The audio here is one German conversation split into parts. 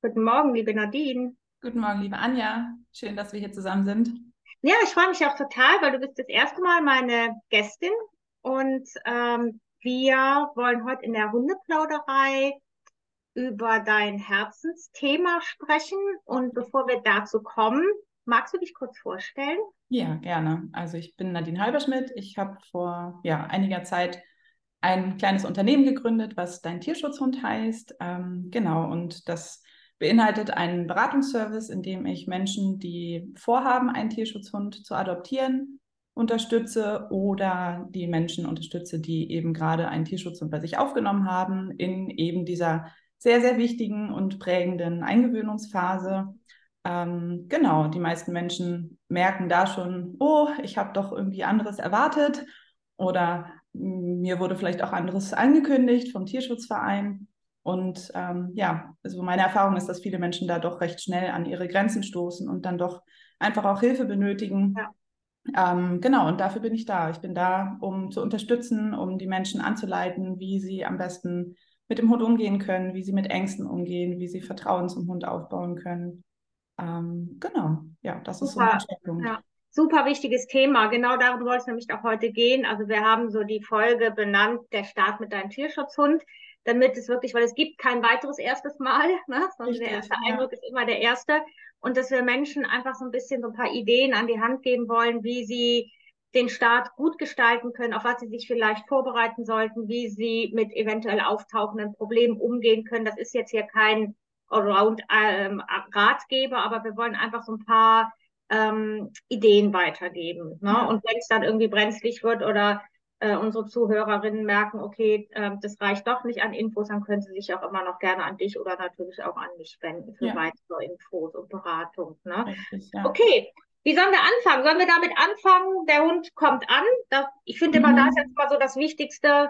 Guten Morgen, liebe Nadine. Guten Morgen, liebe Anja. Schön, dass wir hier zusammen sind. Ja, ich freue mich auch total, weil du bist das erste Mal meine Gästin und wir wollen heute in der Hundeplauderei über dein Herzensthema sprechen. Und bevor wir dazu kommen, magst du dich kurz vorstellen? Ja, gerne. Also ich bin Nadine Halberschmidt. Ich habe vor einiger Zeit ein kleines Unternehmen gegründet, was Dein Tierschutzhund heißt. Genau, und das beinhaltet einen Beratungsservice, in dem ich Menschen, die vorhaben, einen Tierschutzhund zu adoptieren, unterstütze oder die Menschen unterstütze, die eben gerade einen Tierschutzhund bei sich aufgenommen haben, in eben dieser sehr, sehr wichtigen und prägenden Eingewöhnungsphase. Genau, die meisten Menschen merken da schon, oh, ich habe doch irgendwie anderes erwartet oder mir wurde vielleicht auch anderes angekündigt vom Tierschutzverein. Und ja, also meine Erfahrung ist, dass viele Menschen da doch recht schnell an ihre Grenzen stoßen und dann doch einfach auch Hilfe benötigen. Ja. Genau, und dafür bin ich da. Ich bin da, um zu unterstützen, um die Menschen anzuleiten, wie sie am besten mit dem Hund umgehen können, wie sie mit Ängsten umgehen, wie sie Vertrauen zum Hund aufbauen können. Genau, ja, das ist so mein Super, Schwerpunkt. ja, super wichtiges Thema. Genau darum soll es nämlich auch heute gehen. Also wir haben so die Folge benannt, der Start mit deinem Tierschutzhund, damit es wirklich, weil es gibt kein weiteres erstes Mal, ne? Sondern der Richtig, erste ja. Eindruck ist immer der erste. Und dass wir Menschen einfach so ein bisschen so ein paar Ideen an die Hand geben wollen, wie sie den Start gut gestalten können, auf was sie sich vielleicht vorbereiten sollten, wie sie mit eventuell auftauchenden Problemen umgehen können. Das ist jetzt hier kein Allround-Ratgeber, aber wir wollen einfach so ein paar Ideen weitergeben. Ne? Ja, Und wenn es dann irgendwie brenzlig wird oder unsere Zuhörerinnen merken, okay, das reicht doch nicht an Infos, dann können sie sich auch immer noch gerne an dich oder natürlich auch an mich wenden für ja, weitere Infos und Beratung. Ne? richtig, ja. Okay, wie sollen wir anfangen? Sollen wir damit anfangen? Der Hund kommt an. Ich finde immer, da ist jetzt Mhm. mal so das Wichtigste,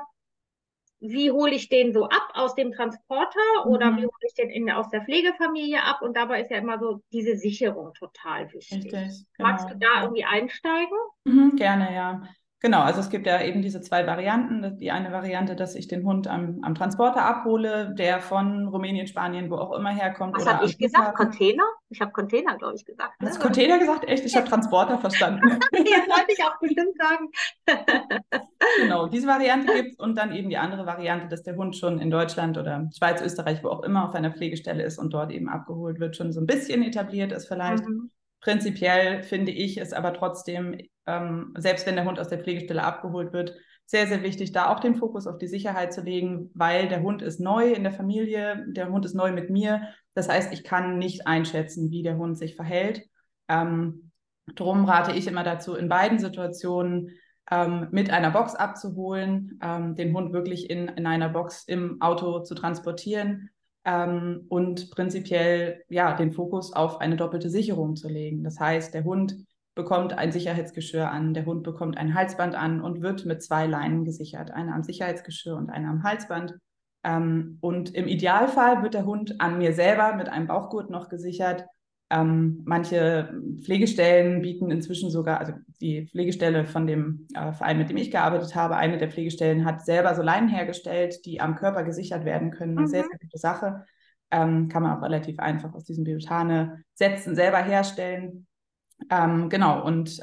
wie hole ich den so ab aus dem Transporter oder wie Mhm. hole ich den aus der Pflegefamilie ab? Und dabei ist ja immer so diese Sicherung total wichtig. Richtig, Magst du genau. da Ja. irgendwie einsteigen? Gerne, ja. Genau, also es gibt ja eben diese zwei Varianten. Die eine Variante, dass ich den Hund am Transporter abhole, der von Rumänien, Spanien, wo auch immer herkommt Was oder habe am ich gesagt? Flughafen. Container? Ich habe Container, glaube ich, gesagt. Hast du Ne? Container gesagt? Echt? Ich habe Transporter verstanden. Ja, wollte ich auch bestimmt sagen. Genau, diese Variante gibt es und dann eben die andere Variante, dass der Hund schon in Deutschland oder Schweiz, Österreich, wo auch immer auf einer Pflegestelle ist und dort eben abgeholt wird, schon so ein bisschen etabliert ist vielleicht. Mhm. Prinzipiell finde ich es aber trotzdem, selbst wenn der Hund aus der Pflegestelle abgeholt wird, sehr, sehr wichtig, da auch den Fokus auf die Sicherheit zu legen, weil der Hund ist neu in der Familie, der Hund ist neu mit mir. Das heißt, ich kann nicht einschätzen, wie der Hund sich verhält. Drum rate ich immer dazu, in beiden Situationen mit einer Box abzuholen, den Hund wirklich in einer Box im Auto zu transportieren und prinzipiell ja den Fokus auf eine doppelte Sicherung zu legen. Das heißt, der Hund bekommt ein Sicherheitsgeschirr an, der Hund bekommt ein Halsband an und wird mit zwei Leinen gesichert, eine am Sicherheitsgeschirr und eine am Halsband. Und im Idealfall wird der Hund an mir selber mit einem Bauchgurt noch gesichert. Manche Pflegestellen bieten inzwischen sogar, also die Pflegestelle von dem Verein, mit dem ich gearbeitet habe, eine der Pflegestellen hat selber so Leinen hergestellt, die am Körper gesichert werden können. Eine sehr, Mhm. sehr gute Sache. Kann man auch relativ einfach aus diesen Biotane-Sätzen selber herstellen. Genau, und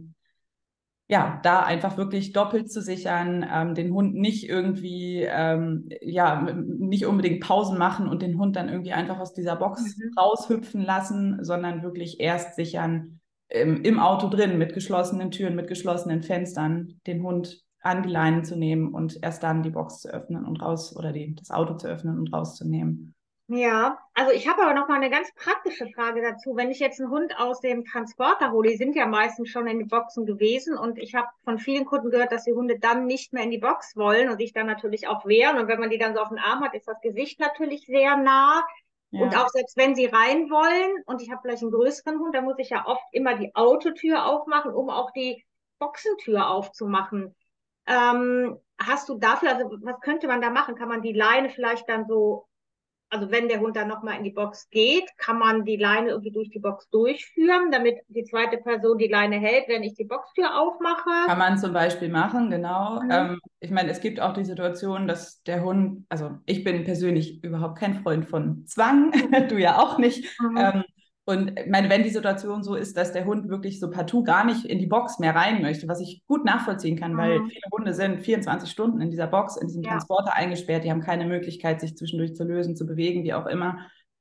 ja, da einfach wirklich doppelt zu sichern, den Hund nicht irgendwie, ja, nicht unbedingt Pausen machen und den Hund dann irgendwie einfach aus dieser Box Mhm. raushüpfen lassen, sondern wirklich erst sichern, im Auto drin, mit geschlossenen Türen, mit geschlossenen Fenstern, den Hund an die Leine zu nehmen und erst dann die Box zu öffnen und raus oder das Auto zu öffnen und rauszunehmen. Ja, also ich habe aber noch mal eine ganz praktische Frage dazu. Wenn ich jetzt einen Hund aus dem Transporter hole, die sind ja meistens schon in den Boxen gewesen und ich habe von vielen Kunden gehört, dass die Hunde dann nicht mehr in die Box wollen und sich dann natürlich auch wehren. Und wenn man die dann so auf den Arm hat, ist das Gesicht natürlich sehr nah. Und Ja. auch selbst wenn sie rein wollen und ich habe vielleicht einen größeren Hund, dann muss ich ja oft immer die Autotür aufmachen, um auch die Boxentür aufzumachen. Hast du dafür, also was könnte man da machen? Kann man die Leine vielleicht dann so also wenn der Hund dann nochmal in die Box geht, kann man die Leine irgendwie durch die Box durchführen, damit die zweite Person die Leine hält, wenn ich die Boxtür aufmache? Kann man zum Beispiel machen, genau. Mhm. Ich meine, es gibt auch die Situation, dass der Hund, also ich bin persönlich überhaupt kein Freund von Zwang, du ja auch nicht. Mhm. Und ich meine, wenn die Situation so ist, dass der Hund wirklich so partout gar nicht in die Box mehr rein möchte, was ich gut nachvollziehen kann, weil Mhm. viele Hunde sind 24 Stunden in dieser Box, in diesem Ja, Transporter eingesperrt, die haben keine Möglichkeit, sich zwischendurch zu lösen, zu bewegen, wie auch immer.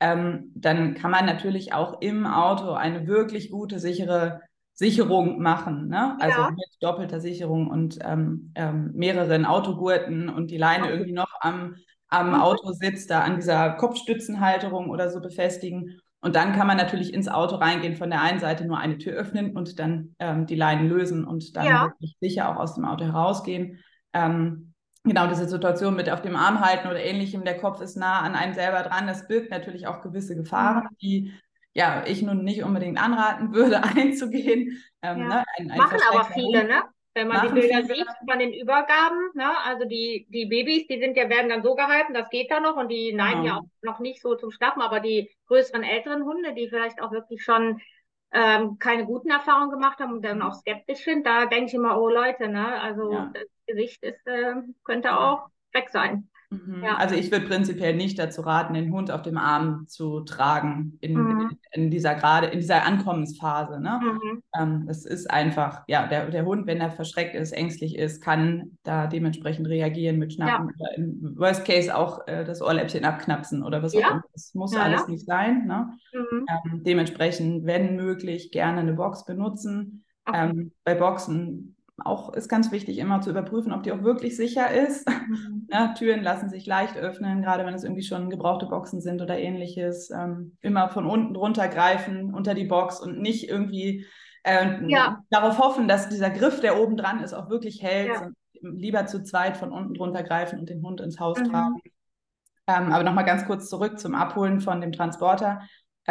Dann kann man natürlich auch im Auto eine wirklich gute, sichere Sicherung machen, ne? Also ja, mit doppelter Sicherung und mehreren Autogurten und die Leine okay. irgendwie noch am Mhm. Autositz da an dieser Kopfstützenhalterung oder so befestigen. Und dann kann man natürlich ins Auto reingehen, von der einen Seite nur eine Tür öffnen und dann die Leinen lösen und dann Ja, wirklich sicher auch aus dem Auto herausgehen. Genau, diese Situation mit auf dem Arm halten oder ähnlichem, der Kopf ist nah an einem selber dran, das birgt natürlich auch gewisse Gefahren, mhm. die ja, ich nun nicht unbedingt anraten würde, einzugehen. Ja. Ne? Ein Machen aber verschreckter viele, Hund ne? Wenn man die machen Bilder viele. sieht von den Übergaben, ne? Also die Babys, die sind ja, werden dann so gehalten, das geht da noch und die neigen ja auch Genau. noch nicht so zum Schlafen, aber die größeren, älteren Hunde, die vielleicht auch wirklich schon keine guten Erfahrungen gemacht haben und dann auch skeptisch sind, da denke ich immer, oh Leute, ne? Also Ja. das Gesicht ist, könnte Ja. auch weg sein. Mhm. Ja. Also ich würde prinzipiell nicht dazu raten, den Hund auf dem Arm zu tragen Mhm. in dieser gerade in dieser Ankommensphase. Ne? Mhm. Es ist einfach, ja, der Hund, wenn er verschreckt ist, ängstlich ist, kann da dementsprechend reagieren mit Ja. Schnappen oder im Worst Case auch das Ohrläppchen abknapsen oder was auch Ja. immer. Das muss Ja, alles ja. nicht sein. Ne? Mhm. Dementsprechend, wenn möglich, gerne eine Box benutzen. Okay. Bei Boxen auch ist ganz wichtig, immer zu überprüfen, ob die auch wirklich sicher ist. Mhm. Ja, Türen lassen sich leicht öffnen, gerade wenn es irgendwie schon gebrauchte Boxen sind oder ähnliches. Immer von unten drunter greifen unter die Box und nicht irgendwie Ja. darauf hoffen, dass dieser Griff, der oben dran ist, auch wirklich hält. Ja. Sondern lieber zu zweit von unten drunter greifen und den Hund ins Haus tragen. Mhm. Aber nochmal ganz kurz zurück zum Abholen von dem Transporter.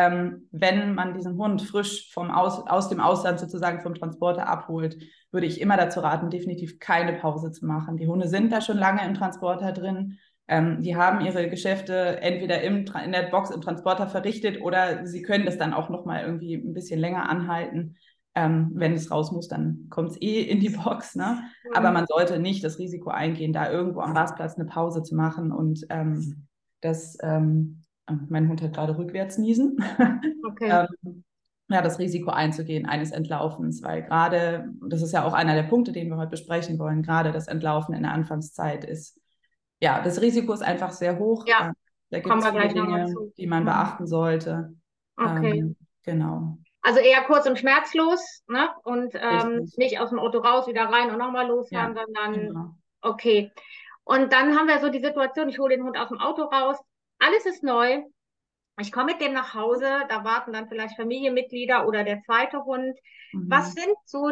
Wenn man diesen Hund frisch aus dem Ausland sozusagen vom Transporter abholt, würde ich immer dazu raten, definitiv keine Pause zu machen. Die Hunde sind da schon lange im Transporter drin. Die haben ihre Geschäfte entweder in der Box im Transporter verrichtet oder sie können das dann auch nochmal irgendwie ein bisschen länger anhalten. Wenn es raus muss, dann kommt es eh in die Box. Ne? Aber Mhm. man sollte nicht das Risiko eingehen, da irgendwo am Rastplatz eine Pause zu machen und mein Hund hat gerade rückwärts niesen. Okay. ähm, ja, das Risiko einzugehen eines Entlaufens, weil gerade, das ist ja auch einer der Punkte, den wir heute besprechen wollen, gerade das Entlaufen in der Anfangszeit ist, ja, das Risiko ist einfach sehr hoch. Ja, Da gibt kommen es wir viele gleich nochmal Dinge, zu. die man Mhm. beachten sollte. Okay. Genau, Also eher kurz und schmerzlos, ne? Und richtig. nicht aus dem Auto raus, wieder rein und nochmal losfahren, Ja, sondern genau. okay. Und dann haben wir so die Situation, ich hole den Hund aus dem Auto raus, alles ist neu. Ich komme mit dem nach Hause, da warten dann vielleicht Familienmitglieder oder der zweite Hund. Was Mhm. sind so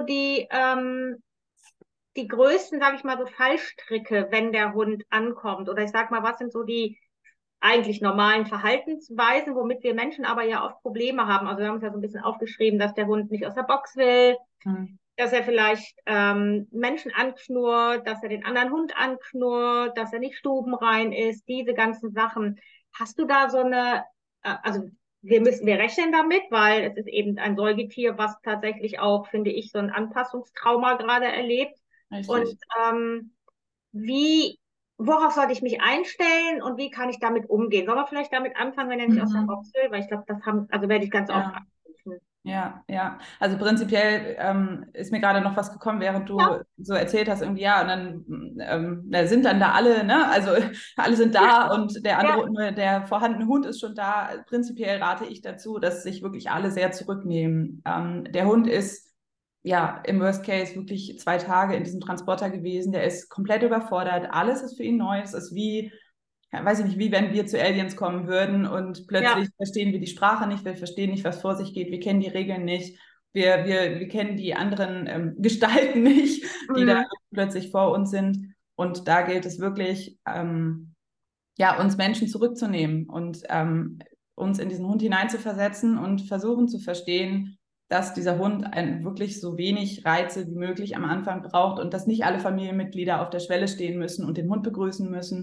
die größten, sage ich mal, so Fallstricke, wenn der Hund ankommt? Oder ich sag mal, was sind so die eigentlich normalen Verhaltensweisen, womit wir Menschen aber ja oft Probleme haben? Also wir haben es ja so ein bisschen aufgeschrieben, dass der Hund nicht aus der Box will, Mhm. dass er vielleicht Menschen anknurrt, dass er den anderen Hund anknurrt, dass er nicht stubenrein ist, diese ganzen Sachen. Hast du da so eine, also wir rechnen damit, weil es ist eben ein Säugetier, was tatsächlich auch, finde ich, so ein Anpassungstrauma gerade erlebt. Und Richtig. ähm, wie, worauf sollte ich mich einstellen und wie kann ich damit umgehen? Sollen wir vielleicht damit anfangen, wenn er nicht aus der Mhm. Box will? Weil ich glaube, also werde ich ganz oft Ja. anrufen. Ja, ja. Also prinzipiell ist mir gerade noch was gekommen, während Ja, du so erzählt hast, irgendwie, ja, und dann da sind dann da alle, ne? Also alle sind ja, da und ja, der vorhandene Hund ist schon da. Prinzipiell rate ich dazu, dass sich wirklich alle sehr zurücknehmen. Der Hund ist ja im Worst Case wirklich 2 Tage in diesem Transporter gewesen. Der ist komplett überfordert. Alles ist für ihn neu. Es ist wie ja, weiß ich nicht, wie wenn wir zu Aliens kommen würden und ja, plötzlich verstehen wir die Sprache nicht, wir verstehen nicht, was vor sich geht, wir kennen die Regeln nicht, wir kennen die anderen Gestalten nicht, die da mhm, plötzlich vor uns sind. Und da gilt es wirklich, ja, uns Menschen zurückzunehmen und uns in diesen Hund hineinzuversetzen und versuchen zu verstehen, dass dieser Hund wirklich so wenig Reize wie möglich am Anfang braucht und dass nicht alle Familienmitglieder auf der Schwelle stehen müssen und den Hund begrüßen müssen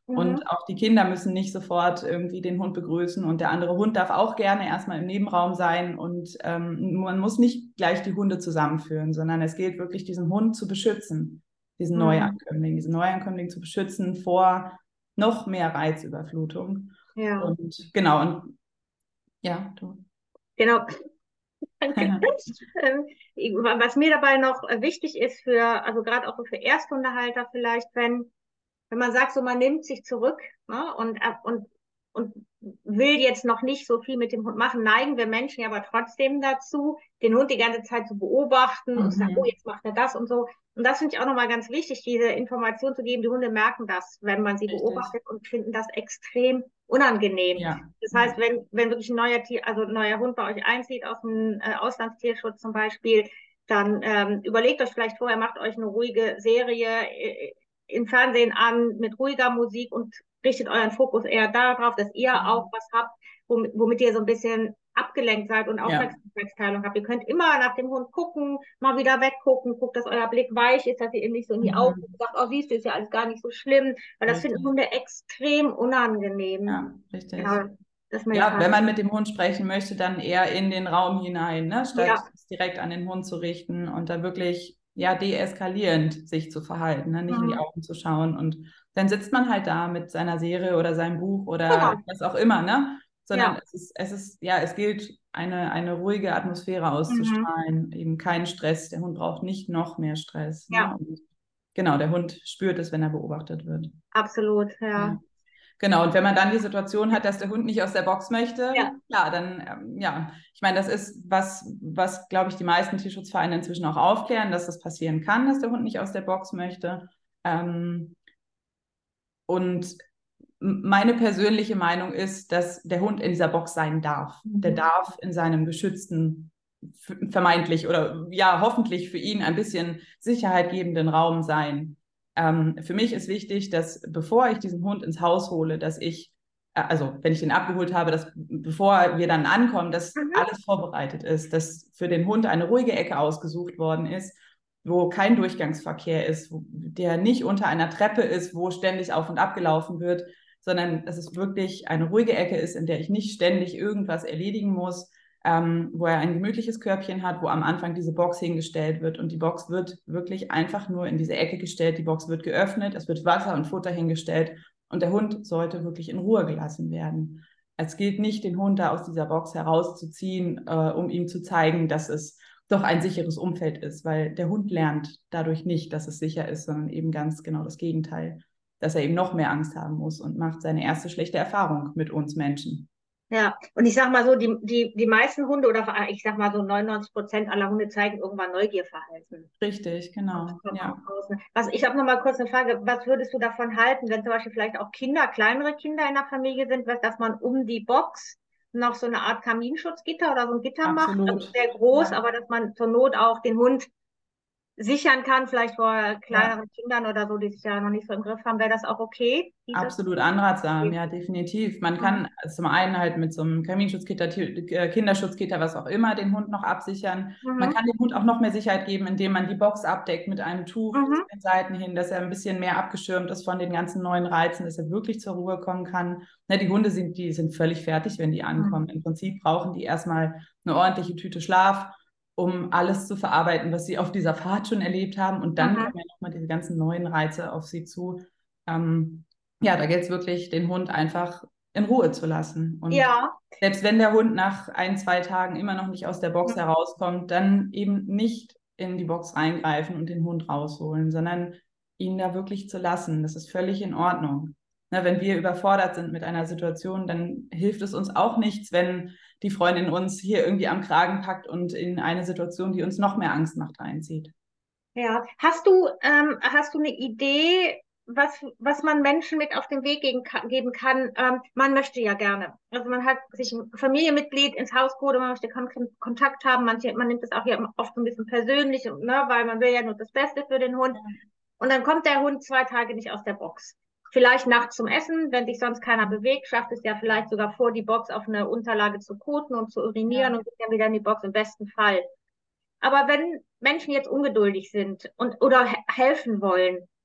Und auch die Kinder müssen nicht sofort irgendwie den Hund begrüßen und der andere Hund darf auch gerne erstmal im Nebenraum sein und man muss nicht gleich die Hunde zusammenführen, sondern es gilt wirklich, diesen Hund zu beschützen, diesen Neuankömmling zu beschützen vor noch mehr Reizüberflutung. Ja. Und genau, und ja, du. Genau. Danke. Was mir dabei noch wichtig ist also gerade auch so für Ersthundehalter vielleicht, wenn man sagt, so man nimmt sich zurück, ne, und will jetzt noch nicht so viel mit dem Hund machen, neigen wir Menschen ja aber trotzdem dazu, den Hund die ganze Zeit zu beobachten und zu sagen, oh, jetzt macht er das und so. Und das finde ich auch nochmal ganz wichtig, diese Information zu geben. Die Hunde merken das, wenn man sie Richtig. beobachtet und finden das extrem unangenehm. Ja. Das heißt, wenn wirklich ein ein neuer Hund bei euch einzieht aus dem Auslandstierschutz zum Beispiel, dann überlegt euch vielleicht vorher, macht euch eine ruhige Serie im Fernsehen an mit ruhiger Musik und richtet euren Fokus eher darauf, dass ihr auch was habt, womit ihr so ein bisschen abgelenkt seid und Aufmerksamkeitsteilung habt. Ihr könnt immer nach dem Hund gucken, mal wieder weggucken, guckt, dass euer Blick weich ist, dass ihr ihm nicht so in die Augen sagt, oh, siehst du, ist ja alles gar nicht so schlimm, weil das finden Hunde extrem unangenehm. Ja, richtig. Genau, Ja, wenn man mit dem Hund sprechen möchte, dann eher in den Raum hinein, ne? Statt es direkt an den Hund zu richten und dann wirklich ja deeskalierend sich zu verhalten, ne? Nicht in die Augen zu schauen. Und dann sitzt man halt da mit seiner Serie oder seinem Buch oder was auch immer, ne? Sondern es gilt, eine ruhige Atmosphäre auszustrahlen, eben kein Stress. Der Hund braucht nicht noch mehr Stress. Ne? Und genau, der Hund spürt es, wenn er beobachtet wird. Absolut, ja. Genau, und wenn man dann die Situation hat, dass der Hund nicht aus der Box möchte, klar, dann, ich meine, das ist was glaube ich, die meisten Tierschutzvereine inzwischen auch aufklären, dass das passieren kann, dass der Hund nicht aus der Box möchte. Und meine persönliche Meinung ist, dass der Hund in dieser Box sein darf. Der darf in seinem geschützten, vermeintlich oder ja, hoffentlich für ihn ein bisschen sicherheitgebenden Raum sein. Für mich ist wichtig, dass bevor ich diesen Hund ins Haus hole, dass ich, also wenn ich den abgeholt habe, dass bevor wir dann ankommen, dass alles vorbereitet ist, dass für den Hund eine ruhige Ecke ausgesucht worden ist, wo kein Durchgangsverkehr ist, der nicht unter einer Treppe ist, wo ständig auf und ab gelaufen wird, sondern dass es wirklich eine ruhige Ecke ist, in der ich nicht ständig irgendwas erledigen muss, wo er ein gemütliches Körbchen hat, wo am Anfang diese Box hingestellt wird und die Box wird wirklich einfach nur in diese Ecke gestellt, die Box wird geöffnet, es wird Wasser und Futter hingestellt und der Hund sollte wirklich in Ruhe gelassen werden. Es gilt nicht, den Hund da aus dieser Box herauszuziehen, um ihm zu zeigen, dass es doch ein sicheres Umfeld ist, weil der Hund lernt dadurch nicht, dass es sicher ist, sondern eben ganz genau das Gegenteil, dass er eben noch mehr Angst haben muss und macht seine erste schlechte Erfahrung mit uns Menschen. Ja, und ich sag mal so, die meisten Hunde oder ich sag mal so 99% aller Hunde zeigen irgendwann Neugierverhalten. Richtig, genau. Ja. Ich habe noch mal kurz eine Frage, was würdest du davon halten, wenn zum Beispiel vielleicht auch kleinere Kinder in der Familie sind, dass man um die Box noch so eine Art Kaminschutzgitter oder so ein Gitter macht, also sehr groß, aber dass man zur Not auch den Hund sichern kann, vielleicht vor kleineren Kindern oder so, die sich ja noch nicht so im Griff haben, wäre das auch okay? Absolut anratsam, ja, definitiv. Man kann zum einen halt mit so einem Kaminschutzgitter, Kinderschutzgitter, was auch immer, den Hund noch absichern. Man kann dem Hund auch noch mehr Sicherheit geben, indem man die Box abdeckt mit einem Tuch zu den Seiten hin, dass er ein bisschen mehr abgeschirmt ist von den ganzen neuen Reizen, dass er wirklich zur Ruhe kommen kann. Na, die Hunde die sind völlig fertig, wenn die ankommen. Im Prinzip brauchen die erstmal eine ordentliche Tüte Schlaf, um alles zu verarbeiten, was sie auf dieser Fahrt schon erlebt haben. Und dann kommen ja nochmal diese ganzen neuen Reize auf sie zu. Ja, da gilt es wirklich, den Hund einfach in Ruhe zu lassen. Und selbst wenn der Hund nach 1, 2 Tagen immer noch nicht aus der Box herauskommt, dann eben nicht in die Box reingreifen und den Hund rausholen, sondern ihn da wirklich zu lassen. Das ist völlig in Ordnung. Na, wenn wir überfordert sind mit einer Situation, dann hilft es uns auch nichts, wenn die Freundin uns hier irgendwie am Kragen packt und in eine Situation, die uns noch mehr Angst macht, reinzieht. Ja, hast du eine Idee, was man Menschen mit auf den Weg geben kann? Man möchte ja gerne. Also man hat sich ein Familienmitglied ins Haus geholt, man möchte Kontakt haben. Man nimmt es auch ja oft ein bisschen persönlich, ne, weil man will ja nur das Beste für den Hund. Und dann kommt der Hund 2 Tage nicht aus der Box. Vielleicht nachts zum Essen, wenn sich sonst keiner bewegt, schafft es ja vielleicht sogar vor die Box auf eine Unterlage zu koten und zu urinieren und geht dann wieder in die Box, im besten Fall. Aber wenn Menschen jetzt ungeduldig sind oder helfen wollen,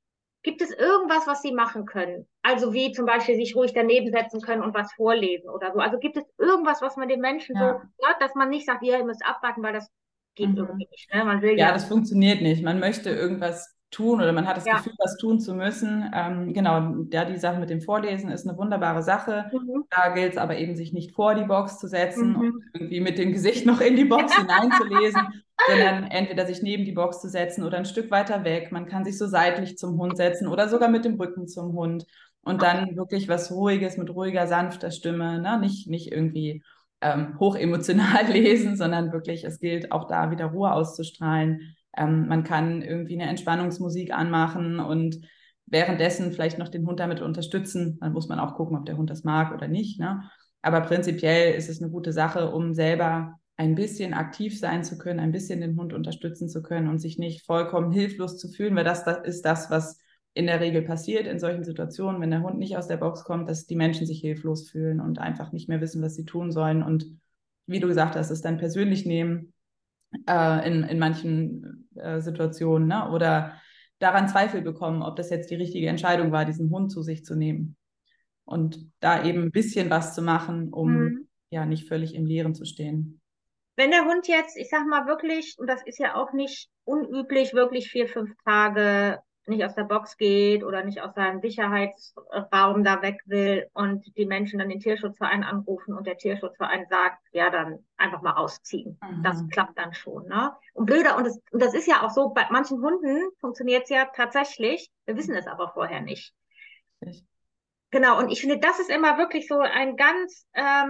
Gibt es irgendwas, was sie machen können? Also wie zum Beispiel sich ruhig daneben setzen können und was vorlesen oder so. Also gibt es irgendwas, was man den Menschen so, Ja. ja, dass man nicht sagt, ja, ihr müsst abwarten, weil das geht irgendwie Mhm. nicht. Ne? Man will Ja, ja, das funktioniert nicht. Man möchte irgendwas tun oder man hat das ja. Gefühl, was tun zu müssen. Genau, ja, die Sache mit dem Vorlesen ist eine wunderbare Sache. Mhm. Da gilt es aber eben, sich nicht vor die Box zu setzen und Mhm. irgendwie mit dem Gesicht noch in die Box hineinzulesen, sondern entweder sich neben die Box zu setzen oder ein Stück weiter weg. Man kann sich so seitlich zum Hund setzen oder sogar mit dem Rücken zum Hund und Okay. dann wirklich was Ruhiges mit ruhiger, sanfter Stimme, ne? Nicht irgendwie hochemotional lesen, sondern wirklich, es gilt auch da wieder Ruhe auszustrahlen. Man kann irgendwie eine Entspannungsmusik anmachen und währenddessen vielleicht noch den Hund damit unterstützen. Dann muss man auch gucken, ob der Hund das mag oder nicht. Ne? Aber prinzipiell ist es eine gute Sache, um selber ein bisschen aktiv sein zu können, ein bisschen den Hund unterstützen zu können und sich nicht vollkommen hilflos zu fühlen, weil das ist das, was in der Regel passiert in solchen Situationen, wenn der Hund nicht aus der Box kommt, dass die Menschen sich hilflos fühlen und einfach nicht mehr wissen, was sie tun sollen. Und wie du gesagt hast, es dann persönlich nehmen in manchen Situationen, ne? Oder daran Zweifel bekommen, ob das jetzt die richtige Entscheidung war, diesen Hund zu sich zu nehmen. Und da eben ein bisschen was zu machen, um Mhm. ja nicht völlig im Leeren zu stehen. Wenn der Hund jetzt, ich sag mal wirklich, und das ist ja auch nicht unüblich, wirklich 4, 5 Tage nicht aus der Box geht oder nicht aus seinem Sicherheitsraum da weg will und die Menschen dann den Tierschutzverein anrufen und der Tierschutzverein sagt, ja, dann einfach mal ausziehen. Das Mhm. klappt dann schon, ne? Und blöder, und das ist ja auch so, bei manchen Hunden funktioniert es ja tatsächlich, wir wissen es aber vorher nicht. Genau, und ich finde, das ist immer wirklich so ein ganz,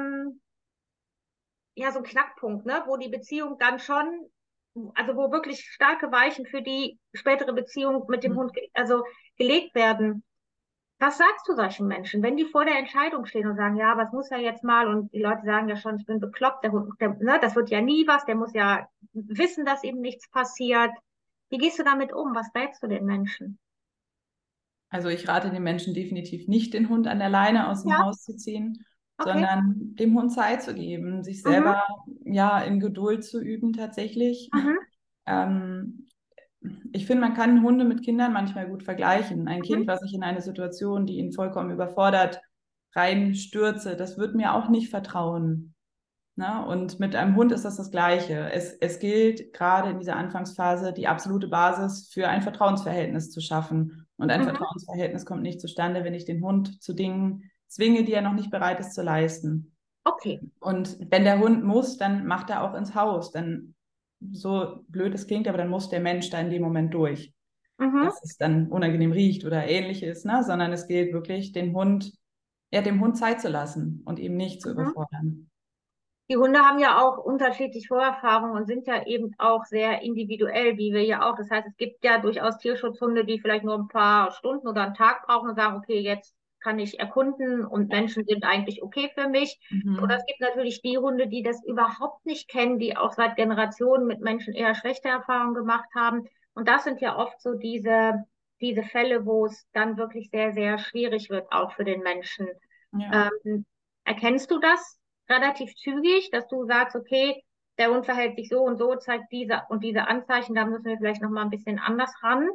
ja, so ein Knackpunkt, ne, wo die Beziehung dann schon, also wo wirklich starke Weichen für die spätere Beziehung mit dem Hund, also gelegt werden. Was sagst du solchen Menschen, wenn die vor der Entscheidung stehen und sagen, ja, aber es muss ja jetzt mal, und die Leute sagen ja schon, ich bin bekloppt, der Hund, ne, das wird ja nie was, der muss ja wissen, dass ihm nichts passiert. Wie gehst du damit um? Was rätst du den Menschen? Also ich rate den Menschen definitiv nicht, den Hund an der Leine aus dem Ja, Haus zu ziehen, okay. sondern dem Hund Zeit zu geben, sich Mhm, selber ja in Geduld zu üben tatsächlich. mhm, Ähm, Ich finde, man kann Hunde mit Kindern manchmal gut vergleichen. Ein mhm, Kind, was ich in eine Situation, die ihn vollkommen überfordert, reinstürze, das wird mir auch nicht vertrauen. Ne? Und mit einem Hund ist das Gleiche. Es gilt gerade in dieser Anfangsphase die absolute Basis für ein Vertrauensverhältnis zu schaffen. Und ein mhm. Vertrauensverhältnis kommt nicht zustande, wenn ich den Hund zu Dingen zwinge, die er noch nicht bereit ist zu leisten. Okay. Und wenn der Hund muss, dann macht er auch ins Haus. Dann, so blöd es klingt, aber dann muss der Mensch da in dem Moment durch, Mhm, dass es dann unangenehm riecht oder ähnliches, ne? Sondern es gilt wirklich, den Hund, ja, dem Hund Zeit zu lassen und ihm nicht zu mhm. überfordern. Die Hunde haben ja auch unterschiedliche Vorerfahrungen und sind ja eben auch sehr individuell, wie wir ja auch. Das heißt, es gibt ja durchaus Tierschutzhunde, die vielleicht nur ein paar Stunden oder einen Tag brauchen und sagen, okay, jetzt kann ich erkunden und Ja. Menschen sind eigentlich okay für mich. Oder es Mhm. gibt natürlich die Hunde, die das überhaupt nicht kennen, die auch seit Generationen mit Menschen eher schlechte Erfahrungen gemacht haben. Und das sind ja oft so diese Fälle, wo es dann wirklich sehr, sehr schwierig wird, auch für den Menschen. Ja. Ähm, Erkennst du das relativ zügig, dass du sagst, okay, der Hund verhält sich so und so, zeigt diese und diese Anzeichen, da müssen wir vielleicht noch mal ein bisschen anders ran?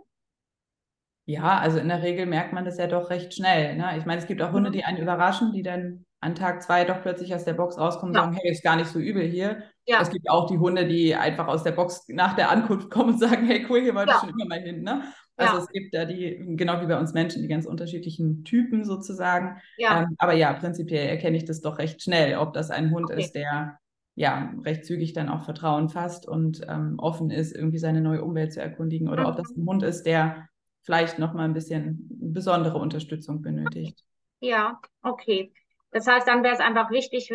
Ja, also in der Regel merkt man das ja doch recht schnell. Ne? Ich meine, es gibt auch Hunde, Mhm. die einen überraschen, die dann an Tag 2 doch plötzlich aus der Box rauskommen und Ja, sagen, hey, ist gar nicht so übel hier. Es ja, gibt auch die Hunde, die einfach aus der Box nach der Ankunft kommen und sagen, hey, cool, hier wollte ich ja, schon immer mal hin. Ne? Also ja, es gibt da die, genau wie bei uns Menschen, die ganz unterschiedlichen Typen sozusagen. ja, Aber ja, prinzipiell erkenne ich das doch recht schnell, ob das ein Hund okay. ist, der ja recht zügig dann auch Vertrauen fasst und offen ist, irgendwie seine neue Umwelt zu erkundigen, oder ob das Mhm. ein Hund ist, der vielleicht noch mal ein bisschen besondere Unterstützung benötigt. Ja, okay. Das heißt, dann wäre es einfach wichtig,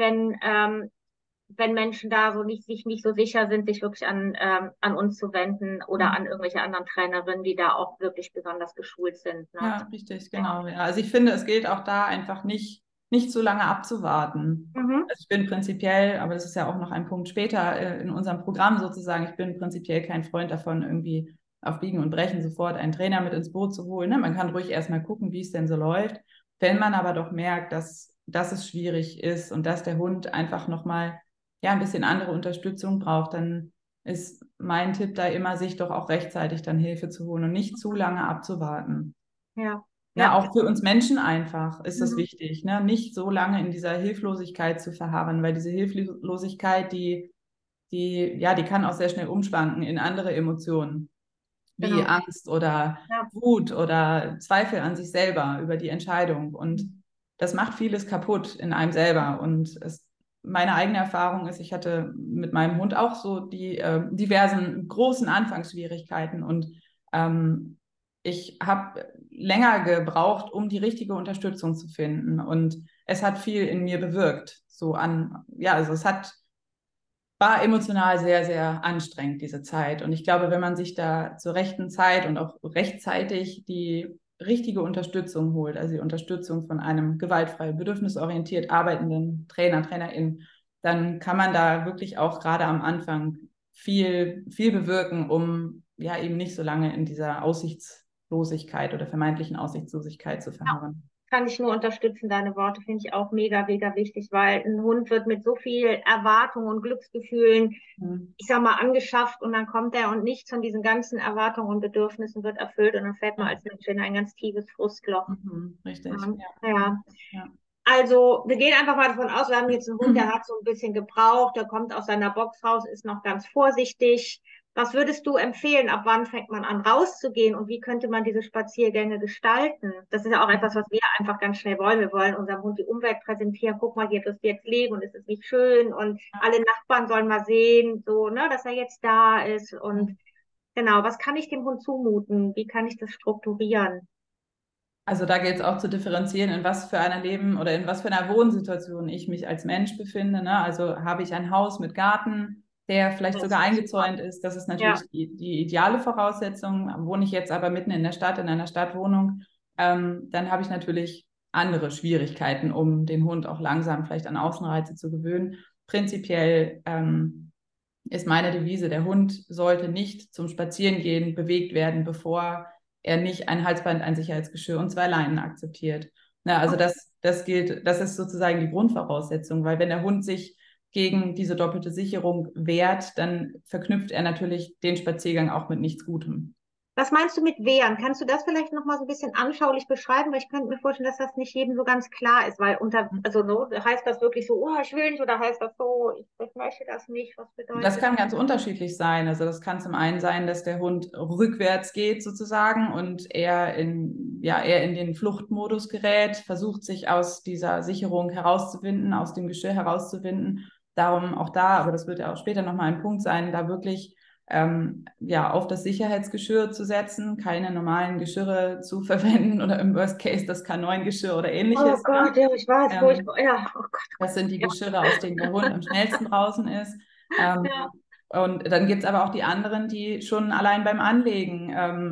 wenn Menschen da so nicht, sich nicht so sicher sind, sich wirklich an uns zu wenden oder an irgendwelche anderen Trainerinnen, die da auch wirklich besonders geschult sind. Ne? Ja, richtig, Ja. genau. Ja. Also ich finde, es gilt auch da einfach nicht so lange abzuwarten. Mhm. Also ich bin prinzipiell, aber das ist ja auch noch ein Punkt später in unserem Programm sozusagen, ich bin prinzipiell kein Freund davon, irgendwie auf Biegen und Brechen sofort einen Trainer mit ins Boot zu holen. Ne? Man kann ruhig erstmal gucken, wie es denn so läuft. Wenn man aber doch merkt, dass es schwierig ist und dass der Hund einfach nochmal ja, ein bisschen andere Unterstützung braucht, dann ist mein Tipp da immer, sich doch auch rechtzeitig dann Hilfe zu holen und nicht zu lange abzuwarten. Ja. Ne, Ja. auch für uns Menschen einfach ist das Mhm. wichtig, ne? Nicht so lange in dieser Hilflosigkeit zu verharren, weil diese Hilflosigkeit, ja, die kann auch sehr schnell umschwanken in andere Emotionen, wie Genau. Angst oder Ja. Wut oder Zweifel an sich selber über die Entscheidung. Und Mhm. das macht vieles kaputt in einem selber. Und meine eigene Erfahrung ist, ich hatte mit meinem Hund auch so die diversen großen Anfangsschwierigkeiten. Und ähm, ich habe länger gebraucht, um die richtige Unterstützung zu finden. Und es hat viel in mir bewirkt. Ja, also war emotional sehr, sehr anstrengend, diese Zeit. Und ich glaube, wenn man sich da zur rechten Zeit und auch rechtzeitig die richtige Unterstützung holt, also die Unterstützung von einem gewaltfrei, bedürfnisorientiert arbeitenden Trainer, Trainerin, dann kann man da wirklich auch gerade am Anfang viel, viel bewirken, um ja eben nicht so lange in dieser Aussichtslosigkeit oder vermeintlichen Aussichtslosigkeit zu verharren. Kann ich nur unterstützen, deine Worte finde ich auch mega, mega wichtig, weil ein Hund wird mit so viel Erwartungen und Glücksgefühlen, Mhm. ich sag mal, angeschafft und dann kommt er und nichts von diesen ganzen Erwartungen und Bedürfnissen wird erfüllt und dann fällt man Ja. als Mensch in ein ganz tiefes Frustloch. Mhm. Richtig. Ja. Ja. Ja. Ja. Also, wir gehen einfach mal davon aus, wir haben jetzt einen Hund, der hat so ein bisschen gebraucht, der kommt aus seiner Box raus, ist noch ganz vorsichtig. Was würdest du empfehlen? Ab wann fängt man an, rauszugehen und wie könnte man diese Spaziergänge gestalten? Das ist ja auch etwas, was wir einfach ganz schnell wollen. Wir wollen unserem Hund die Umwelt präsentieren. Guck mal, hier wirst du jetzt leben und es ist nicht schön und alle Nachbarn sollen mal sehen, so, ne, dass er jetzt da ist. Und genau, was kann ich dem Hund zumuten? Wie kann ich das strukturieren? Also da gilt es auch zu differenzieren, in was für einer Leben oder in was für einer Wohnsituation ich mich als Mensch befinde. Ne? Also habe ich ein Haus mit Garten, der vielleicht Das sogar ist super. eingezäunt ist. Das ist Ja, natürlich die ideale Voraussetzung. Wohne ich jetzt aber mitten in der Stadt, in einer Stadtwohnung, dann habe ich natürlich andere Schwierigkeiten, um den Hund auch langsam vielleicht an Außenreize zu gewöhnen. Prinzipiell ist meine Devise, der Hund sollte nicht zum Spazierengehen bewegt werden, bevor er nicht ein Halsband, ein Sicherheitsgeschirr und zwei Leinen akzeptiert. Na, also das gilt, das ist sozusagen die Grundvoraussetzung, weil wenn der Hund sich gegen diese doppelte Sicherung wehrt, dann verknüpft er natürlich den Spaziergang auch mit nichts Gutem. was meinst du mit wehren? Kannst du das vielleicht noch mal so ein bisschen anschaulich beschreiben? Weil ich könnte mir vorstellen, dass das nicht jedem so ganz klar ist, weil also so, heißt das wirklich so, oh, ich will nicht, oder heißt das so, ich möchte das nicht? Was Das bedeutet? kann ganz unterschiedlich sein. Also das kann zum einen sein, dass der Hund rückwärts geht sozusagen und er in den Fluchtmodus gerät, versucht sich aus dieser Sicherung herauszuwinden, aus dem Geschirr herauszuwinden. Darum auch da, aber das wird ja auch später nochmal ein Punkt sein, da wirklich auf das Sicherheitsgeschirr zu setzen, keine normalen Geschirre zu verwenden oder im Worst Case das K9-Geschirr oder Oh ähnliches. Ne? Gott, ja, ich weiß, Ähm, ja, oh Gott, oh Das sind die Gott, Geschirre, aus denen der Hund am schnellsten draußen ist. ja, Ähm, ja, und dann gibt es aber auch die anderen, die schon allein beim Anlegen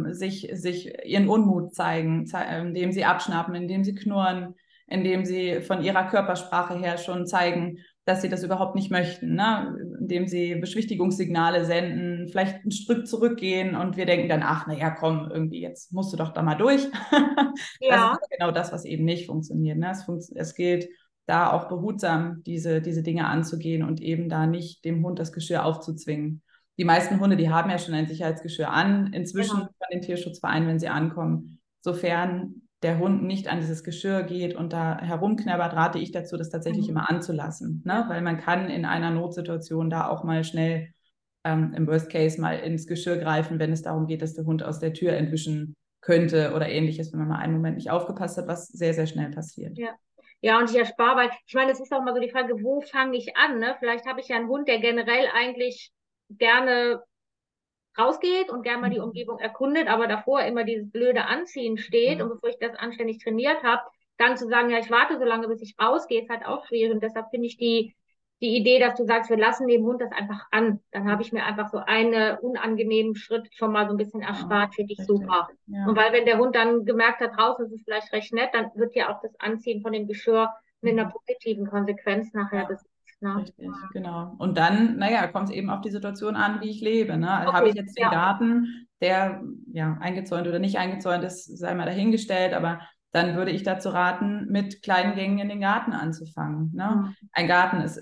sich ihren Unmut zeigen, indem sie abschnappen, indem sie knurren, indem sie von ihrer Körpersprache her schon zeigen, dass sie das überhaupt nicht möchten, ne? Indem sie Beschwichtigungssignale senden, vielleicht ein Stück zurückgehen und wir denken dann, ach, naja, komm, irgendwie, jetzt musst du doch da mal durch. Das ist ja, aber genau das, was eben nicht funktioniert. Ne? Es gilt, da auch behutsam diese Dinge anzugehen und eben da nicht dem Hund das Geschirr aufzuzwingen. Die meisten Hunde, die haben ja schon ein Sicherheitsgeschirr an, inzwischen genau. von den Tierschutzvereinen, wenn sie ankommen. Sofern der Hund nicht an dieses Geschirr geht und da herumknabbert, rate ich dazu, das tatsächlich Mhm. immer anzulassen, ne? Ja. Weil man kann in einer Notsituation da auch mal schnell im Worst Case mal ins Geschirr greifen, wenn es darum geht, dass der Hund aus der Tür entwischen könnte oder ähnliches, wenn man mal einen Moment nicht aufgepasst hat, was sehr, sehr schnell passiert. Ja. Ja, und ich erspare, weil ich meine, es ist auch mal so die Frage, wo fange ich an, ne? Vielleicht habe ich ja einen Hund, der generell eigentlich gerne rausgeht und gerne mal die Mhm. Umgebung erkundet, aber davor immer dieses blöde Anziehen steht und Mhm. bevor ich das anständig trainiert habe, dann zu sagen, ja, ich warte so lange, bis ich rausgehe, ist halt auch schwierig und deshalb finde ich die Idee, dass du sagst, wir lassen dem Hund das einfach an. Dann habe ich mir einfach so einen unangenehmen Schritt schon mal so ein bisschen Ja, erspart, finde ich richtig. super. Und Ja. weil wenn der Hund dann gemerkt hat, draußen ist es vielleicht recht nett, dann wird ja auch das Anziehen von dem Geschirr mit einer Mhm. positiven Konsequenz nachher Ja, gesetzt. Ne? richtig, genau. Und dann, naja, kommt es eben auf die Situation an, wie ich lebe. Ne? Habe ich Okay, jetzt den ja, Garten, der ja eingezäunt oder nicht eingezäunt ist, sei mal dahingestellt, aber dann würde ich dazu raten, mit kleinen Gängen in den Garten anzufangen. Ne? hm, Ein Garten ist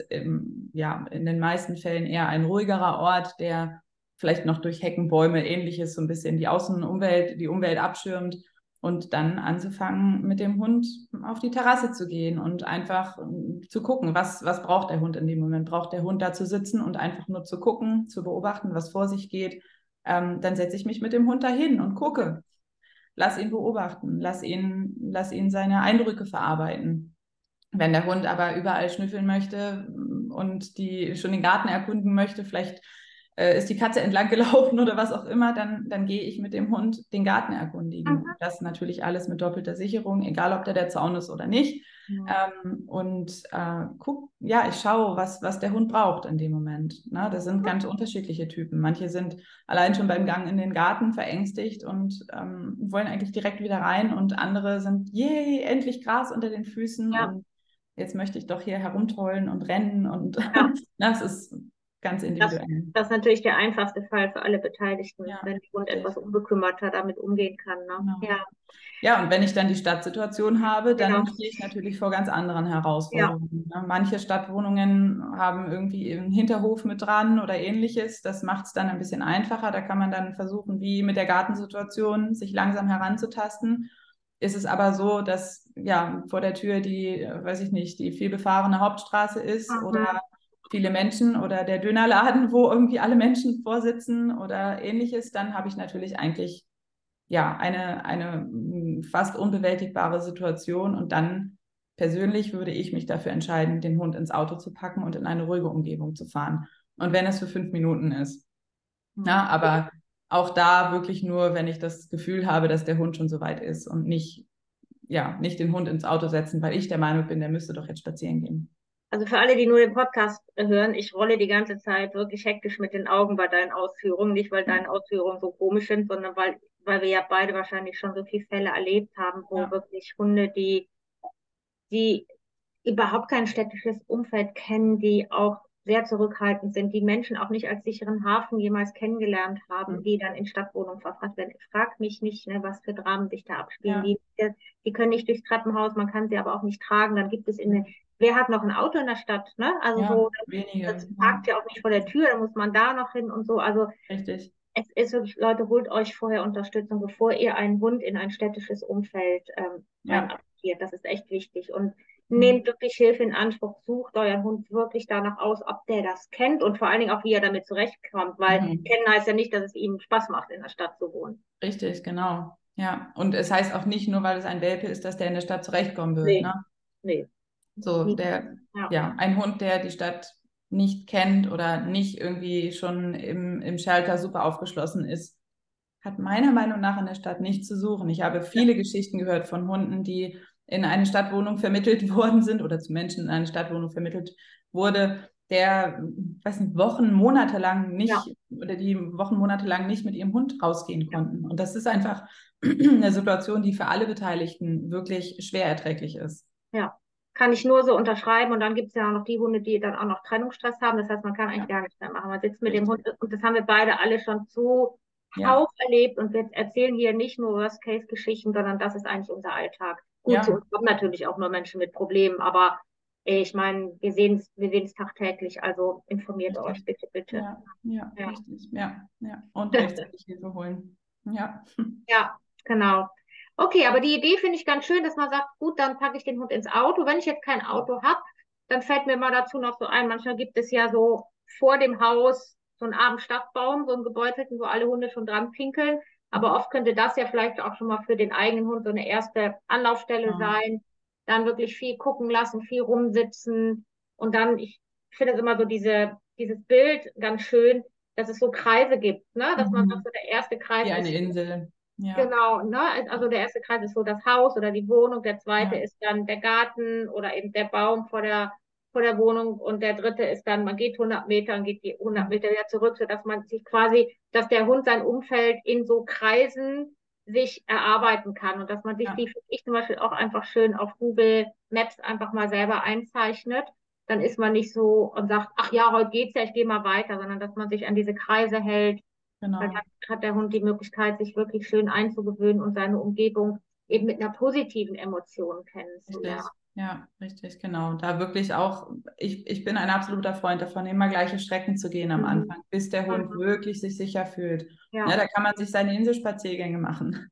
in den meisten Fällen eher ein ruhigerer Ort, der vielleicht noch durch Hecken, Bäume, ähnliches so ein bisschen die Außenumwelt, die Umwelt abschirmt. Und dann anzufangen, mit dem Hund auf die Terrasse zu gehen und einfach zu gucken, was braucht der Hund in dem Moment? Braucht der Hund da zu sitzen und einfach nur zu gucken, zu beobachten, was vor sich geht? Dann setze ich mich mit dem Hund dahin und gucke. Lass ihn beobachten, lass ihn seine Eindrücke verarbeiten. Wenn der Hund aber überall schnüffeln möchte und schon den Garten erkunden möchte, vielleicht ist die Katze entlang gelaufen oder was auch immer, dann gehe ich mit dem Hund den Garten erkundigen. Mhm. Das natürlich alles mit doppelter Sicherung, egal ob der Zaun ist oder nicht. Ich schaue, was der Hund braucht in dem Moment. Na, das sind ganz unterschiedliche Typen. Manche sind allein schon beim Gang in den Garten verängstigt und wollen eigentlich direkt wieder rein und andere sind, yay, endlich Gras unter den Füßen Ja, und jetzt möchte ich doch hier herumtollen und rennen und ja. das ist ganz Das, individuell. das ist natürlich der einfachste Fall für alle Beteiligten, Ja, wenn der Hund etwas richtig. unbekümmerter damit umgehen kann. Ne? Genau. Ja, Ja, und wenn ich dann die Stadtsituation habe, genau. dann stehe ich natürlich vor ganz anderen Ja, Herausforderungen. Ne? Manche Stadtwohnungen haben irgendwie einen Hinterhof mit dran oder ähnliches. Das macht es dann ein bisschen einfacher. Da kann man dann versuchen, wie mit der Gartensituation, sich langsam heranzutasten. Ist es aber so, dass ja vor der Tür die, weiß ich nicht, die vielbefahrene Hauptstraße ist oder mhm. viele Menschen oder der Dönerladen, wo irgendwie alle Menschen vorsitzen oder ähnliches, dann habe ich natürlich eigentlich ja, eine fast unbewältigbare Situation. Und dann persönlich würde ich mich dafür entscheiden, den Hund ins Auto zu packen und in eine ruhige Umgebung zu fahren. Und wenn es für 5 Minuten ist. Na, Mhm. aber auch da wirklich nur, wenn ich das Gefühl habe, dass der Hund schon so weit ist und nicht den Hund ins Auto setzen, weil ich der Meinung bin, der müsste doch jetzt spazieren gehen. Also für alle, die nur den Podcast hören, ich rolle die ganze Zeit wirklich hektisch mit den Augen bei deinen Ausführungen. Nicht, weil deine Ausführungen so komisch sind, sondern weil wir ja beide wahrscheinlich schon so viele Fälle erlebt haben, wo Ja, wirklich Hunde, die überhaupt kein städtisches Umfeld kennen, die auch sehr zurückhaltend sind, die Menschen auch nicht als sicheren Hafen jemals kennengelernt haben, die dann in Stadtwohnungen verfrachtet werden. Ich frage mich nicht, ne, was für Dramen sich da abspielen. ja, Die können nicht durchs Treppenhaus, man kann sie aber auch nicht tragen. Dann gibt es wer hat noch ein Auto in der Stadt, ne? Also ja, so, wenige. das Ja, parkt ja auch nicht vor der Tür, da muss man da noch hin und so. Also richtig. es ist wirklich, Leute, holt euch vorher Unterstützung, bevor ihr einen Hund in ein städtisches Umfeld rein Ja. adoptiert. Das ist echt wichtig. Und Mhm. nehmt wirklich Hilfe in Anspruch, sucht euren Hund wirklich danach aus, ob der das kennt und vor allen Dingen auch, wie er damit zurechtkommt, weil Mhm. kennen heißt ja nicht, dass es ihm Spaß macht, in der Stadt zu wohnen. Richtig, genau. Ja, und es heißt auch nicht nur, weil es ein Welpe ist, dass der in der Stadt zurechtkommen wird, Nee, ne? nee, So, nie. Ja, ein Hund, der die Stadt nicht kennt oder nicht irgendwie schon im Shelter super aufgeschlossen ist, hat meiner Meinung nach in der Stadt nichts zu suchen. Ich habe ja, viele Geschichten gehört von Hunden, die in eine Stadtwohnung vermittelt worden sind oder zu Menschen in eine Stadtwohnung vermittelt wurde, der, weiß nicht, Wochen, Monate lang ja, nicht oder die Wochen, Monate lang nicht mit ihrem Hund rausgehen konnten. Und das ist einfach eine Situation, die für alle Beteiligten wirklich schwer erträglich ist. ja. Kann ich nur so unterschreiben. Und dann gibt es ja auch noch die Hunde, die dann auch noch Trennungsstress haben. Das heißt, man kann eigentlich Ja, gar nichts mehr machen. Man sitzt mit dem Hund richtig. und das haben wir beide alle schon zuhauf Ja, erlebt. Und wir erzählen hier nicht nur Worst-Case-Geschichten, sondern das ist eigentlich unser Alltag. Gut, zu ja, uns kommen natürlich auch nur Menschen mit Problemen, aber ich meine, wir sehen es tagtäglich. Also informiert euch richtig. bitte, bitte. Ja, ja, Ja, richtig. Ja, ja. Und rechtzeitig Hilfe holen. Ja. ja, genau. Okay, aber die Idee finde ich ganz schön, dass man sagt, gut, dann packe ich den Hund ins Auto. Wenn ich jetzt kein Auto habe, dann fällt mir mal dazu noch so ein, manchmal gibt es ja so vor dem Haus so einen armen Stadtbaum, so einen gebeutelten, wo alle Hunde schon dran pinkeln. Aber oft könnte das ja vielleicht auch schon mal für den eigenen Hund so eine erste Anlaufstelle Ja, sein. Dann wirklich viel gucken lassen, viel rumsitzen. Und dann, ich finde es immer so dieses Bild ganz schön, dass es so Kreise gibt, ne? Dass man sagt, mhm. so der erste Kreis Wie eine ist Insel. Ja, genau, ne? Also der erste Kreis ist so das Haus oder die Wohnung, der zweite ja, ist dann der Garten oder eben der Baum vor der Wohnung und der dritte ist dann, man geht 100 Meter und geht die 100 mhm. Meter wieder zurück, sodass man sich quasi, dass der Hund sein Umfeld in so Kreisen sich erarbeiten kann und dass man sich die, Ja, finde ich zum Beispiel auch einfach schön auf Google Maps einfach mal selber einzeichnet. Dann ist man nicht so und sagt, ach ja, heute geht's ja, ich gehe mal weiter, sondern dass man sich an diese Kreise hält, weil dann genau. hat der Hund die Möglichkeit, sich wirklich schön einzugewöhnen und seine Umgebung eben mit einer positiven Emotion kennenzulernen. Richtig. Ja, richtig, genau. Da wirklich auch, ich bin ein absoluter Freund davon, immer gleiche Strecken zu gehen am Mhm. Anfang, bis der Hund Mhm. wirklich sich sicher fühlt. Ja, Ja, da kann man sich seine Inselspaziergänge machen.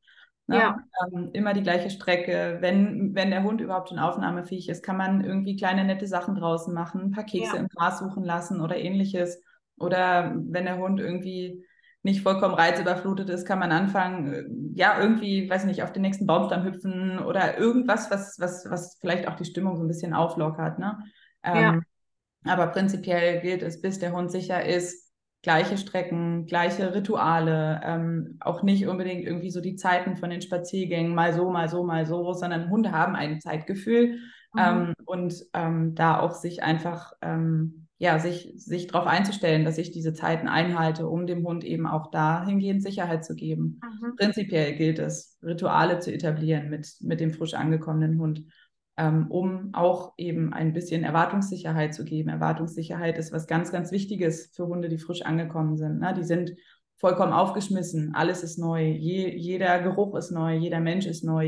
Ne? Immer die gleiche Strecke. Wenn der Hund überhaupt schon aufnahmefähig ist, kann man irgendwie kleine nette Sachen draußen machen, ein paar Kekse im Gras suchen lassen oder ähnliches. Oder wenn der Hund irgendwie nicht vollkommen reizüberflutet ist, kann man anfangen, ja, irgendwie, weiß nicht, auf den nächsten Baumstamm hüpfen oder irgendwas, was vielleicht auch die Stimmung so ein bisschen auflockert. Ne? Ja. Aber prinzipiell gilt es, bis der Hund sicher ist, gleiche Strecken, gleiche Rituale, auch nicht unbedingt irgendwie so die Zeiten von den Spaziergängen, mal so, mal so, mal so, sondern Hunde haben ein Zeitgefühl und da auch sich einfach, ja, sich darauf einzustellen, dass ich diese Zeiten einhalte, um dem Hund eben auch dahingehend Sicherheit zu geben. Prinzipiell gilt es, Rituale zu etablieren mit dem frisch angekommenen Hund, um auch eben ein bisschen Erwartungssicherheit zu geben. Erwartungssicherheit ist was ganz, ganz Wichtiges für Hunde, die frisch angekommen sind. Ne? Die sind vollkommen aufgeschmissen. Alles ist neu. Jeder Geruch ist neu. Jeder Mensch ist neu.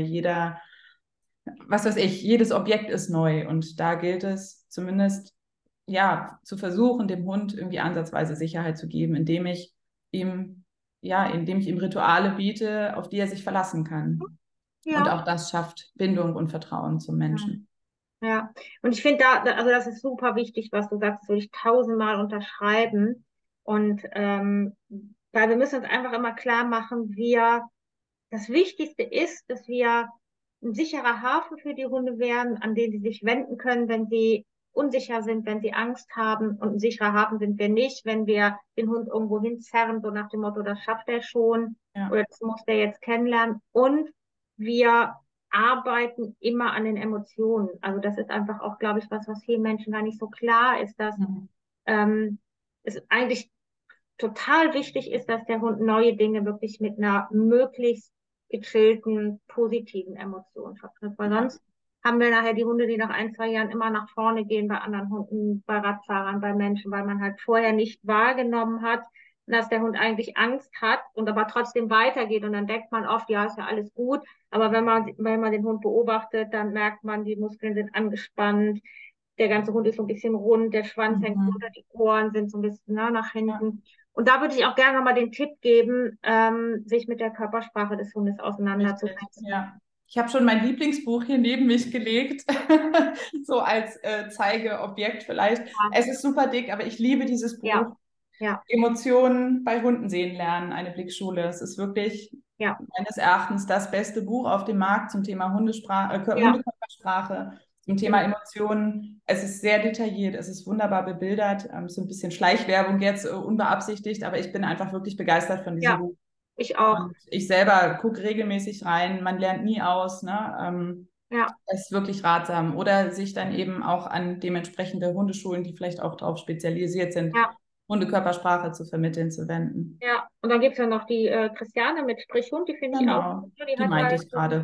Was weiß ich, jedes Objekt ist neu. Und da gilt es zumindest, ja, zu versuchen, dem Hund irgendwie ansatzweise Sicherheit zu geben, indem ich ihm Rituale biete, auf die er sich verlassen kann. Und Ja. auch das schafft Bindung und Vertrauen zum Menschen. Ja, und ich finde also das ist super wichtig, was du sagst, das würde ich tausendmal unterschreiben. Und weil wir müssen uns einfach immer klar machen, das Wichtigste ist, dass wir ein sicherer Hafen für die Hunde werden, an den sie sich wenden können, wenn sie unsicher sind, wenn sie Angst haben. Und ein sicherer Hafen sind wir nicht, wenn wir den Hund irgendwo hinzerren, so nach dem Motto, das schafft er schon oder das muss der jetzt kennenlernen. Und wir arbeiten immer an den Emotionen. Also das ist einfach auch, glaube ich, was vielen Menschen gar nicht so klar ist, dass es eigentlich total wichtig ist, dass der Hund neue Dinge wirklich mit einer möglichst gechillten, positiven Emotion verknüpft. Weil sonst haben wir nachher die Hunde, die nach 1, 2 Jahren immer nach vorne gehen bei anderen Hunden, bei Radfahrern, bei Menschen, weil man halt vorher nicht wahrgenommen hat, dass der Hund eigentlich Angst hat und aber trotzdem weitergeht. Und dann denkt man oft, ja, ist ja alles gut. Aber wenn man den Hund beobachtet, dann merkt man, die Muskeln sind angespannt. Der ganze Hund ist so ein bisschen rund, der Schwanz hängt runter, die Ohren sind so ein bisschen nach hinten. Und da würde ich auch gerne nochmal den Tipp geben, sich mit der Körpersprache des Hundes auseinanderzusetzen. Ja. Ich habe schon mein Lieblingsbuch hier neben mich gelegt, so als Zeigeobjekt vielleicht. Es ist super dick, aber ich liebe dieses Buch. Ja. Emotionen bei Hunden sehen lernen, eine Blickschule. Es ist wirklich meines Erachtens das beste Buch auf dem Markt zum Thema Hundekörpersprache, zum Thema Emotionen. Es ist sehr detailliert, es ist wunderbar bebildert, so ein bisschen Schleichwerbung jetzt, unbeabsichtigt, aber ich bin einfach wirklich begeistert von diesem Buch. Ich auch. Und ich selber gucke regelmäßig rein, man lernt nie aus, ne? Es ist wirklich ratsam. Oder sich dann eben auch an dementsprechende Hundeschulen, die vielleicht auch darauf spezialisiert sind, Hundekörpersprache zu vermitteln, zu wenden. Ja, und dann gibt es ja noch die Christiane mit Sprichhund, die finde ich auch. Die meinte ich gerade.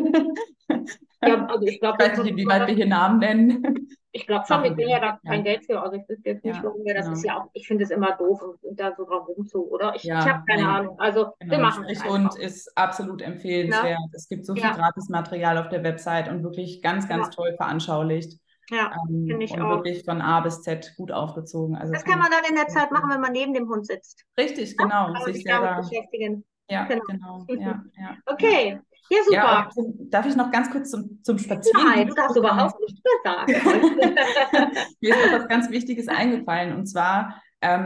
Ja, also ich glaube, ich weiß nicht, inwieweit wir hier Namen nennen. Ich glaube schon, wir kriegen ja da kein Geld für. Also ich wüsste jetzt nicht, warum wir das ist ja auch, ich finde es immer doof und da so drauf oder ich habe keine Ahnung. Also wir machen es einfach. Sprichhund ist absolut empfehlenswert. Es gibt so viel Gratismaterial auf der Website und wirklich ganz, ganz toll veranschaulicht. Ja, finde ich und auch. wirklich von A bis Z gut aufgezogen. Also das kann man dann in der Zeit machen, wenn man neben dem Hund sitzt. Richtig, genau. Kann man sich damit beschäftigen. Ja, genau. Okay, ja, super. Ja, darf ich noch ganz kurz zum Spazieren? Nein, du darfst überhaupt nichts mehr sagen. Mir ist noch was ganz Wichtiges eingefallen. Und zwar,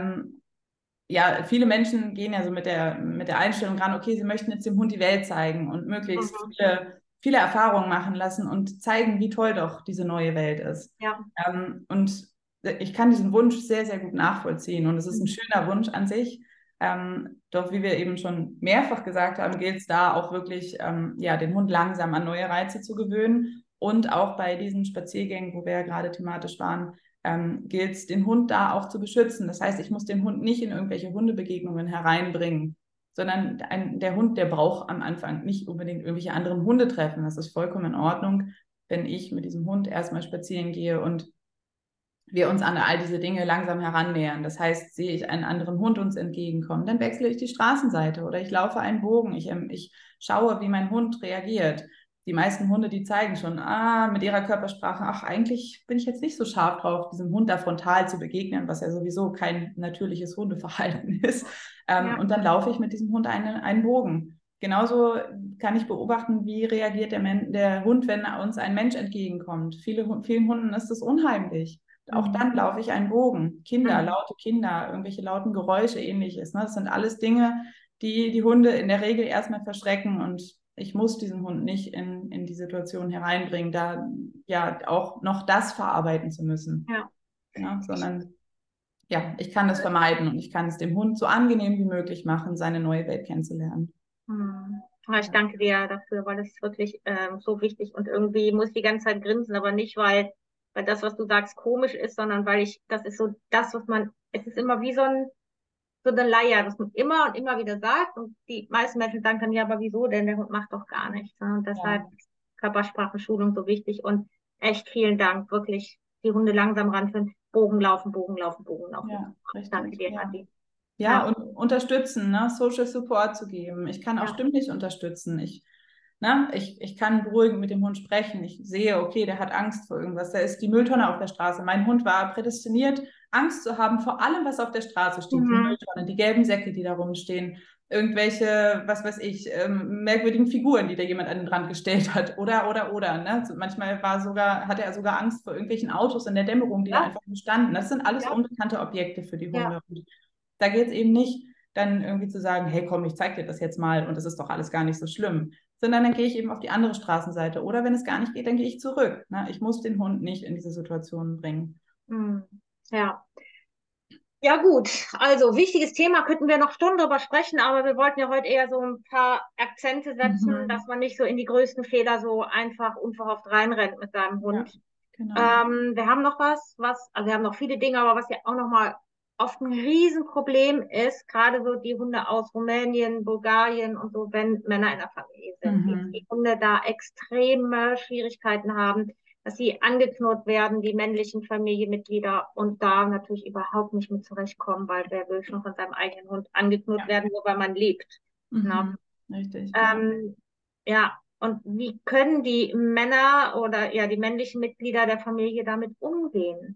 viele Menschen gehen ja so mit der Einstellung ran, okay, sie möchten jetzt dem Hund die Welt zeigen und möglichst viele Erfahrungen machen lassen und zeigen, wie toll doch diese neue Welt ist. Und ich kann diesen Wunsch sehr, sehr gut nachvollziehen. Und es ist ein schöner Wunsch an sich. Doch wie wir eben schon mehrfach gesagt haben, gilt es da auch wirklich, den Hund langsam an neue Reize zu gewöhnen. Und auch bei diesen Spaziergängen, wo wir ja gerade thematisch waren, gilt es, den Hund da auch zu beschützen. Das heißt, ich muss den Hund nicht in irgendwelche Hundebegegnungen hereinbringen, sondern der Hund, der braucht am Anfang nicht unbedingt irgendwelche anderen Hunde treffen. Das ist vollkommen in Ordnung, wenn ich mit diesem Hund erstmal spazieren gehe und wir uns an all diese Dinge langsam herannähern. Das heißt, sehe ich einen anderen Hund uns entgegenkommen, dann wechsle ich die Straßenseite oder ich laufe einen Bogen. Ich schaue, wie mein Hund reagiert. Die meisten Hunde, die zeigen schon, mit ihrer Körpersprache, eigentlich bin ich jetzt nicht so scharf drauf, diesem Hund da frontal zu begegnen, was ja sowieso kein natürliches Hundeverhalten ist. Und dann laufe ich mit diesem Hund einen Bogen. genauso kann ich beobachten, wie reagiert der Hund, wenn uns ein Mensch entgegenkommt. Vielen Hunden ist es unheimlich. Auch Mhm. dann laufe ich einen Bogen. Kinder, Mhm. laute Kinder, irgendwelche lauten Geräusche, ähnliches. Ne? Das sind alles Dinge, die die Hunde in der Regel erstmal verschrecken. Und ich muss diesen Hund nicht in die Situation hereinbringen, da ja auch noch das verarbeiten zu müssen. Ja. Ja, sondern ja, ich kann das vermeiden und ich kann es dem Hund so angenehm wie möglich machen, seine neue Welt kennenzulernen. Hm. Ja, ich Ja. danke dir dafür, weil das ist wirklich so wichtig und irgendwie muss ich die ganze Zeit grinsen, aber nicht, weil das, was du sagst, komisch ist, sondern weil das ist so das, es ist immer wie so eine Leier, was man immer und immer wieder sagt und die meisten Menschen sagen dann, ja, aber wieso denn? Der Hund macht doch gar nichts. Ne? Und deshalb Ja, ist Körpersprachenschulung so wichtig und echt vielen Dank, wirklich die Hunde langsam ranführen, Bogen laufen, Bogen laufen, Bogen laufen. ja, Danke richtig, dir, ja. Kathi. Ja, Ja. und unterstützen, ne? Social Support zu geben. Ich kann auch Ja. stimmlich unterstützen. Ich kann beruhigend mit dem Hund sprechen. Ich sehe, okay, der hat Angst vor irgendwas. Da ist die Mülltonne auf der Straße. Mein Hund war prädestiniert, Angst zu haben vor allem, was auf der Straße steht. Die Mhm. Mülltonne, die gelben Säcke, die da rumstehen, irgendwelche, was weiß ich, merkwürdigen Figuren, die da jemand an den Rand gestellt hat. Oder. Ne? So, manchmal hatte er sogar Angst vor irgendwelchen Autos in der Dämmerung, die da Ja. einfach nur standen. Das sind alles Ja. unbekannte Objekte für die Ja. Hunde. Und da geht es eben nicht, dann irgendwie zu sagen, hey komm, ich zeig dir das jetzt mal und das ist doch alles gar nicht so schlimm, sondern dann gehe ich eben auf die andere Straßenseite. Oder wenn es gar nicht geht, dann gehe ich zurück. Ne? Ich muss den Hund nicht in diese Situation bringen. Mhm. Ja. Ja gut, also wichtiges Thema, könnten wir noch Stunden drüber sprechen, aber wir wollten ja heute eher so ein paar Akzente setzen, dass Mhm. man nicht so in die größten Fehler so einfach unverhofft reinrennt mit seinem Ja, Hund. genau. Wir haben noch also wir haben noch viele Dinge, aber was ja auch nochmal oft ein Riesenproblem ist, gerade so die Hunde aus Rumänien, Bulgarien und so, wenn Männer in der Familie sind, wie die Mhm. Hunde da extreme Schwierigkeiten haben, dass sie angeknurrt werden, die männlichen Familienmitglieder und da natürlich überhaupt nicht mit zurechtkommen, weil wer will schon von seinem eigenen Hund angeknurrt Ja. werden, nur weil man lebt. Ne? Mhm. Richtig, ja. Ähm, ja, und wie können die Männer oder ja die männlichen Mitglieder der Familie damit umgehen?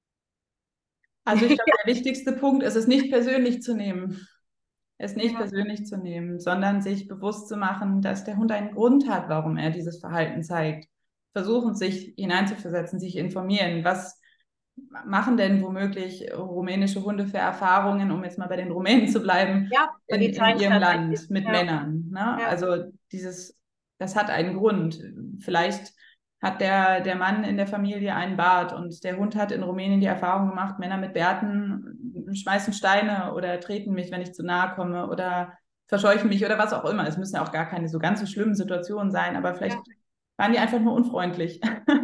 Also ich glaube, der wichtigste Punkt ist es nicht persönlich zu nehmen. Es nicht Ja, persönlich zu nehmen, sondern sich bewusst zu machen, dass der Hund einen Grund hat, warum er dieses Verhalten zeigt. Versuchen, sich hineinzuversetzen, sich informieren. Was machen denn womöglich rumänische Hunde für Erfahrungen, um jetzt mal bei den Rumänen zu bleiben, ja, weil die in zeigen es ihrem tatsächlich. Land mit Ja, Männern? Ne? ja, Also das hat einen Grund. Vielleicht hat der Mann in der Familie einen Bart und der Hund hat in Rumänien die Erfahrung gemacht, Männer mit Bärten schmeißen Steine oder treten mich, wenn ich zu nahe komme oder verscheuchen mich oder was auch immer. Es müssen ja auch gar keine so ganz so schlimmen Situationen sein, aber ja. vielleicht waren die einfach nur unfreundlich.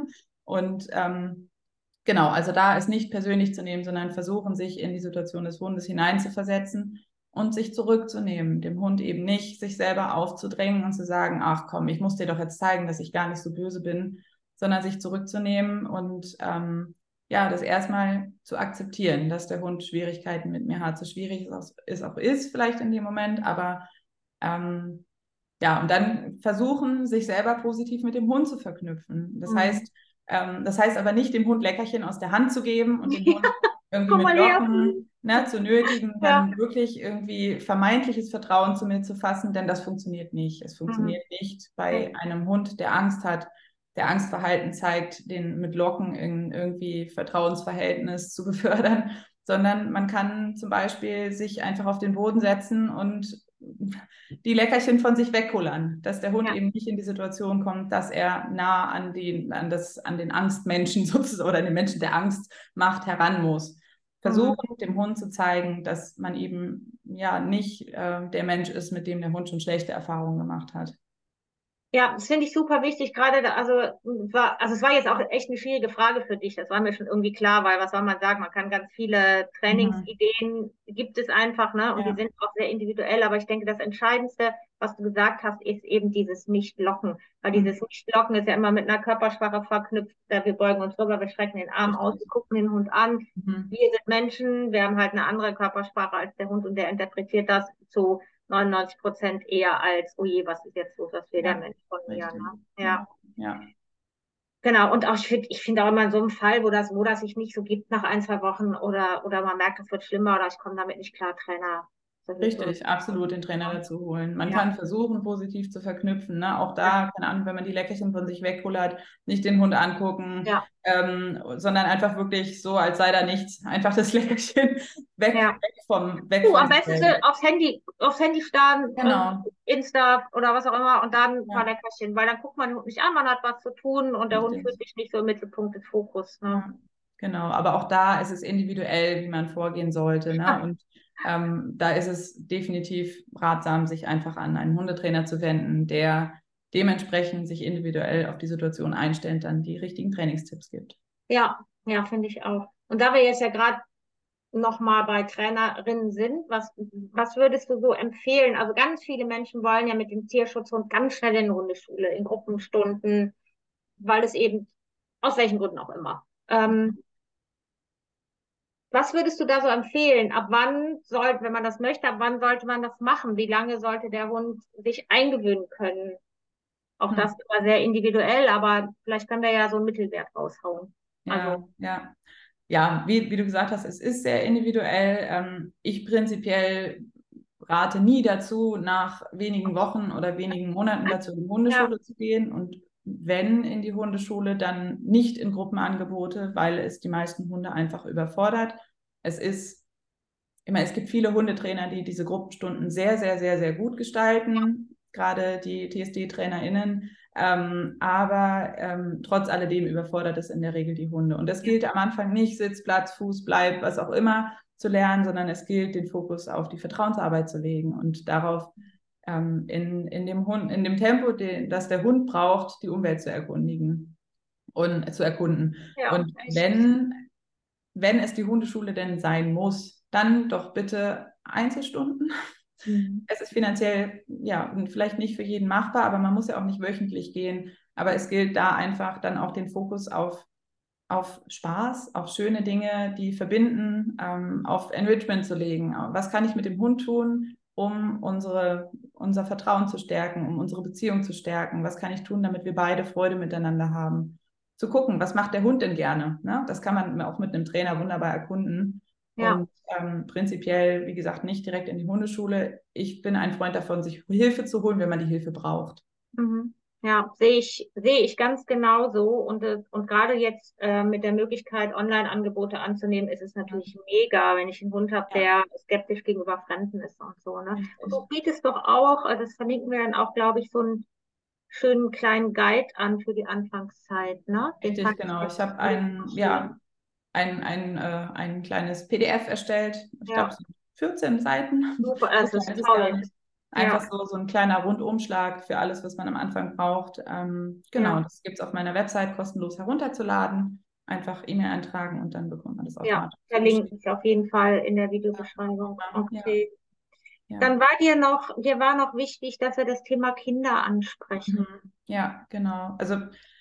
Und genau, also da es nicht persönlich zu nehmen, sondern versuchen, sich in die Situation des Hundes hineinzuversetzen und sich zurückzunehmen, dem Hund eben nicht sich selber aufzudrängen und zu sagen, ach komm, ich muss dir doch jetzt zeigen, dass ich gar nicht so böse bin, sondern sich zurückzunehmen und ja, das erstmal zu akzeptieren, dass der Hund Schwierigkeiten mit mir hat, so schwierig es auch ist vielleicht in dem Moment, aber ähm, ja, und dann versuchen, sich selber positiv mit dem Hund zu verknüpfen. Hm. Das heißt aber nicht, dem Hund Leckerchen aus der Hand zu geben und den Hund irgendwie Guck mit mal her. Locken, ne, zu nötigen, Ja. dann wirklich irgendwie vermeintliches Vertrauen zu mir zu fassen, denn das funktioniert nicht. Es Mhm. funktioniert nicht bei einem Hund, der Angst hat, der Angstverhalten zeigt, den mit Locken in irgendwie Vertrauensverhältnis zu befördern, sondern man kann zum Beispiel sich einfach auf den Boden setzen und die Leckerchen von sich wegkullern, dass der Hund Ja. eben nicht in die Situation kommt, dass er nah an den Angstmenschen sozusagen oder an den Menschen, der Angst macht, heran muss. Mhm. Versuchen, dem Hund zu zeigen, dass man eben ja nicht der Mensch ist, mit dem der Hund schon schlechte Erfahrungen gemacht hat. Ja, das finde ich super wichtig, gerade da, also es war jetzt auch echt eine schwierige Frage für dich. Das war mir schon irgendwie klar, weil was soll man sagen? Man kann ganz viele Mhm. Trainingsideen gibt es einfach, ne? Und die Ja. sind auch sehr individuell. Aber ich denke, das Entscheidendste, was du gesagt hast, ist eben dieses Nicht-Locken. Weil dieses Mhm. Nicht-Locken ist ja immer mit einer Körpersprache verknüpft. Wir beugen uns rüber, wir strecken den Arm aus, wir Richtig. gucken den Hund an. Mhm. Wir sind Menschen, wir haben halt eine andere Körpersprache als der Hund und der interpretiert das zu 99% eher als, oh je, was ist jetzt los, was will der Ja, Mensch von mir, richtig. ne? Ja, Genau. Ja. genau. Und auch ich finde auch immer in so einem Fall, wo das sich nicht so gibt nach ein, zwei Wochen oder man merkt, das wird schlimmer oder ich komme damit nicht klar, Trainer Richtig, absolut den Trainer dazu holen. Man Ja. kann versuchen, positiv zu verknüpfen. Ne? Auch da, keine Ahnung, wenn man die Leckerchen von sich wegkullert, nicht den Hund angucken, Ja. sondern einfach wirklich so, als sei da nichts. Einfach das Leckerchen Ja. weg vom Am besten Feld. aufs Handy starren, Genau, Insta oder was auch immer und dann ein paar ja, Leckerchen, weil dann guckt man den Hund nicht an, man hat was zu tun und der Hund richtig. fühlt sich nicht so im Mittelpunkt des Fokus. Ne? Ja, genau. Aber auch da ist es individuell, wie man vorgehen sollte. Ne? Und da ist es definitiv ratsam, sich einfach an einen Hundetrainer zu wenden, der dementsprechend sich individuell auf die Situation einstellt, dann die richtigen Trainingstipps gibt. Ja, ja, finde ich auch. Und da wir jetzt ja gerade noch mal bei Trainerinnen sind, was würdest du so empfehlen? Also ganz viele Menschen wollen ja mit dem Tierschutzhund ganz schnell in eine Hundeschule, in Gruppenstunden, weil es eben, aus welchen Gründen auch immer. Was würdest du da so empfehlen? Ab wann sollte, wenn man das möchte, ab wann sollte man das machen? Wie lange sollte der Hund sich eingewöhnen können? Auch Hm. das ist immer sehr individuell, aber vielleicht können wir ja so einen Mittelwert raushauen. Also, Ja, ja. Ja, wie du gesagt hast, es ist sehr individuell. Ich prinzipiell rate nie dazu, nach wenigen Wochen oder wenigen Monaten dazu in die ja, Hundeschule zu gehen. Und wenn in die Hundeschule, dann nicht in Gruppenangebote, weil es die meisten Hunde einfach überfordert. Es ist immer, es gibt viele Hundetrainer, die diese Gruppenstunden sehr, sehr, sehr, sehr gut gestalten, gerade die TSD-TrainerInnen. Aber trotz alledem überfordert es in der Regel die Hunde. Und das gilt am Anfang nicht, Sitz, Platz, Fuß, Bleib, was auch immer zu lernen, sondern es gilt, den Fokus auf die Vertrauensarbeit zu legen und darauf, in dem Tempo, das der Hund braucht, die Umwelt zu erkundigen und zu erkunden. ja, Und echt. wenn es die Hundeschule denn sein muss, dann doch bitte Einzelstunden. Mhm. Es ist finanziell, ja, vielleicht nicht für jeden machbar, aber man muss ja auch nicht wöchentlich gehen. Aber es gilt da einfach dann auch den Fokus auf Spaß, auf schöne Dinge, die verbinden, auf Enrichment zu legen. Was kann ich mit dem Hund tun, um unser Vertrauen zu stärken, um unsere Beziehung zu stärken? Was kann ich tun, damit wir beide Freude miteinander haben? Zu gucken, was macht der Hund denn gerne? Ne? Das kann man auch mit einem Trainer wunderbar erkunden. Ja. Und prinzipiell, wie gesagt, nicht direkt in die Hundeschule. Ich bin ein Freund davon, sich Hilfe zu holen, wenn man die Hilfe braucht. Mhm. Ja, sehe ich ganz genauso. Und gerade jetzt mit der Möglichkeit, Online-Angebote anzunehmen, ist es Ja, natürlich mega, wenn ich einen Hund habe, ja, der skeptisch gegenüber Fremden ist und so, ne? Und richtig. du bietest doch auch, das verlinken wir dann auch, glaube ich, so einen schönen kleinen Guide an für die Anfangszeit, ne? Den Richtig, fand ich genau. Ich jetzt habe schön. ein kleines PDF erstellt. Ich glaube, Ja, es sind 14 Seiten. super, So das klein ist ist es gar toll. nicht. Einfach Ja, so ein kleiner Rundumschlag für alles, was man am Anfang braucht. Genau, ja, das gibt es auf meiner Website kostenlos herunterzuladen. Einfach E-Mail eintragen und dann bekommt man das ja, automatisch verlinke zugeschickt. ich auf jeden Fall in der Ja, Videobeschreibung. ja, Okay. ja. Dann dir war noch wichtig, dass wir das Thema Kinder ansprechen. Mhm. Ja, genau. Also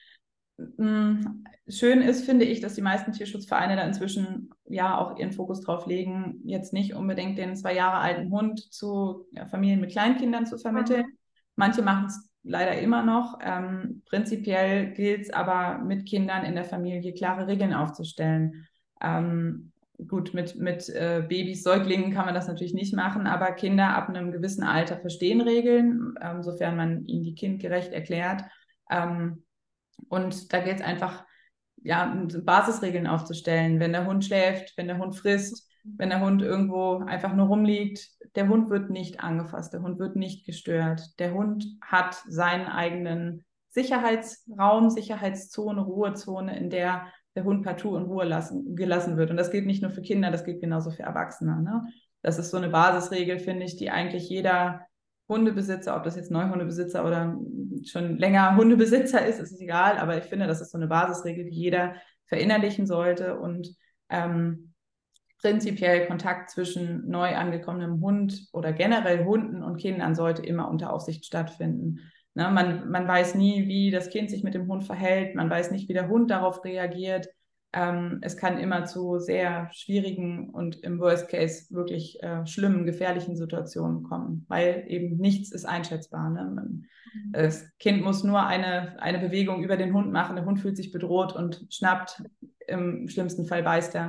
schön ist, finde ich, dass die meisten Tierschutzvereine da inzwischen ja auch ihren Fokus drauf legen, jetzt nicht unbedingt den 2 Jahre alten Hund zu Familien mit Kleinkindern zu vermitteln. Mhm. Manche machen es leider immer noch. Prinzipiell gilt es aber mit Kindern in der Familie klare Regeln aufzustellen. Gut, mit Babys, Säuglingen kann man das natürlich nicht machen, aber Kinder ab einem gewissen Alter verstehen Regeln, sofern man ihnen die kindgerecht erklärt. Und da gilt es einfach, ja, Basisregeln aufzustellen. Wenn der Hund schläft, wenn der Hund frisst, wenn der Hund irgendwo einfach nur rumliegt, der Hund wird nicht angefasst, der Hund wird nicht gestört. Der Hund hat seinen eigenen Sicherheitsraum, Sicherheitszone, Ruhezone, in der der Hund partout in Ruhe gelassen wird. Und das gilt nicht nur für Kinder, das gilt genauso für Erwachsene. Ne? Das ist so eine Basisregel, finde ich, die eigentlich jeder Hundebesitzer, ob das jetzt Neuhundebesitzer oder schon länger Hundebesitzer ist, ist es egal, aber ich finde, das ist so eine Basisregel, die jeder verinnerlichen sollte und prinzipiell Kontakt zwischen neu angekommenem Hund oder generell Hunden und Kindern sollte immer unter Aufsicht stattfinden. Ne, man weiß nie, wie das Kind sich mit dem Hund verhält, man weiß nicht, wie der Hund darauf reagiert. Es kann immer zu sehr schwierigen und im Worst Case wirklich schlimmen, gefährlichen Situationen kommen, weil eben nichts ist einschätzbar. Ne? Das Kind muss nur eine Bewegung über den Hund machen, der Hund fühlt sich bedroht und schnappt, im schlimmsten Fall beißt er.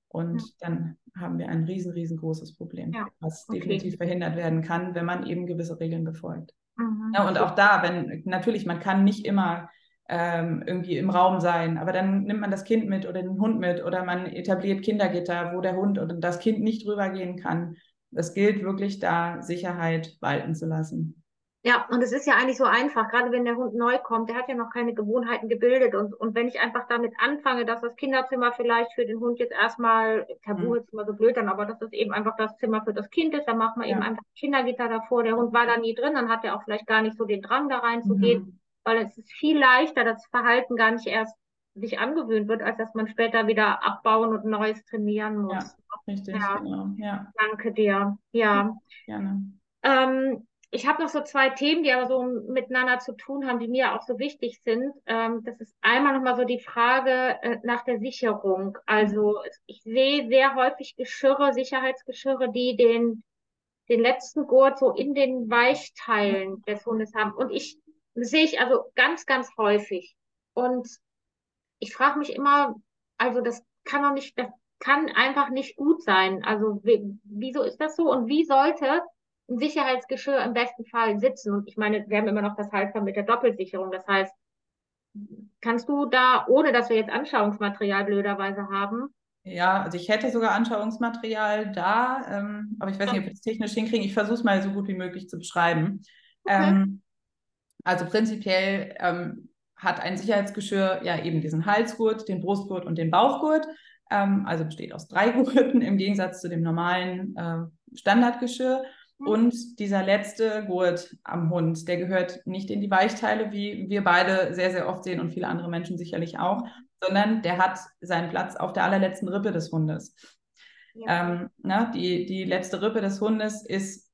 Und dann haben wir ein riesengroßes Problem, Ja, was okay. definitiv verhindert werden kann, wenn man eben gewisse Regeln befolgt. Mhm. Ja, und auch da, wenn natürlich, man kann nicht immer irgendwie im Raum sein, aber dann nimmt man das Kind mit oder den Hund mit oder man etabliert Kindergitter, wo der Hund oder das Kind nicht drüber gehen kann. Es gilt wirklich da, Sicherheit walten zu lassen. Ja, und es ist ja eigentlich so einfach, gerade wenn der Hund neu kommt, der hat ja noch keine Gewohnheiten gebildet. Und wenn ich einfach damit anfange, dass das Kinderzimmer vielleicht für den Hund jetzt erstmal, Tabu Hm. ist immer so blöd dann, aber dass das eben einfach das Zimmer für das Kind ist, dann machen wir eben Ja. einfach Kindergitter davor. Der Hund war da nie drin, dann hat er auch vielleicht gar nicht so den Drang, da reinzugehen, Mhm. weil es ist viel leichter, das Verhalten gar nicht erst sich angewöhnt wird, als dass man später wieder abbauen und Neues trainieren Ja, muss. richtig, Ja, genau. Ja, danke dir. Ja. gerne. Ich habe noch so zwei Themen, die aber so miteinander zu tun haben, die mir auch so wichtig sind. Das ist einmal nochmal so die Frage nach der Sicherung. Also ich sehe sehr häufig Geschirre, Sicherheitsgeschirre, die den letzten Gurt so in den Weichteilen des Hundes haben. Und das sehe ich also ganz häufig. Und ich frage mich immer, also das kann doch nicht, das kann einfach nicht gut sein. Also wieso ist das so und wie sollte ein Sicherheitsgeschirr im besten Fall sitzen? Und ich meine, wir haben immer noch das Halfter mit der Doppelsicherung. Das heißt, kannst du da, ohne dass wir jetzt Anschauungsmaterial blöderweise haben, Ja, also ich hätte sogar Anschauungsmaterial da, aber ich weiß nicht, ob wir das technisch hinkriegen. Ich versuche es mal so gut wie möglich zu beschreiben. okay, Ähm, also prinzipiell hat ein Sicherheitsgeschirr ja eben diesen Halsgurt, den Brustgurt und den Bauchgurt. Also besteht aus 3 Gurten im Gegensatz zu dem normalen Standardgeschirr. Und dieser letzte Gurt am Hund, der gehört nicht in die Weichteile, wie wir beide sehr oft sehen und viele andere Menschen sicherlich auch, sondern der hat seinen Platz auf der allerletzten Rippe des Hundes. ja, Die letzte Rippe des Hundes ist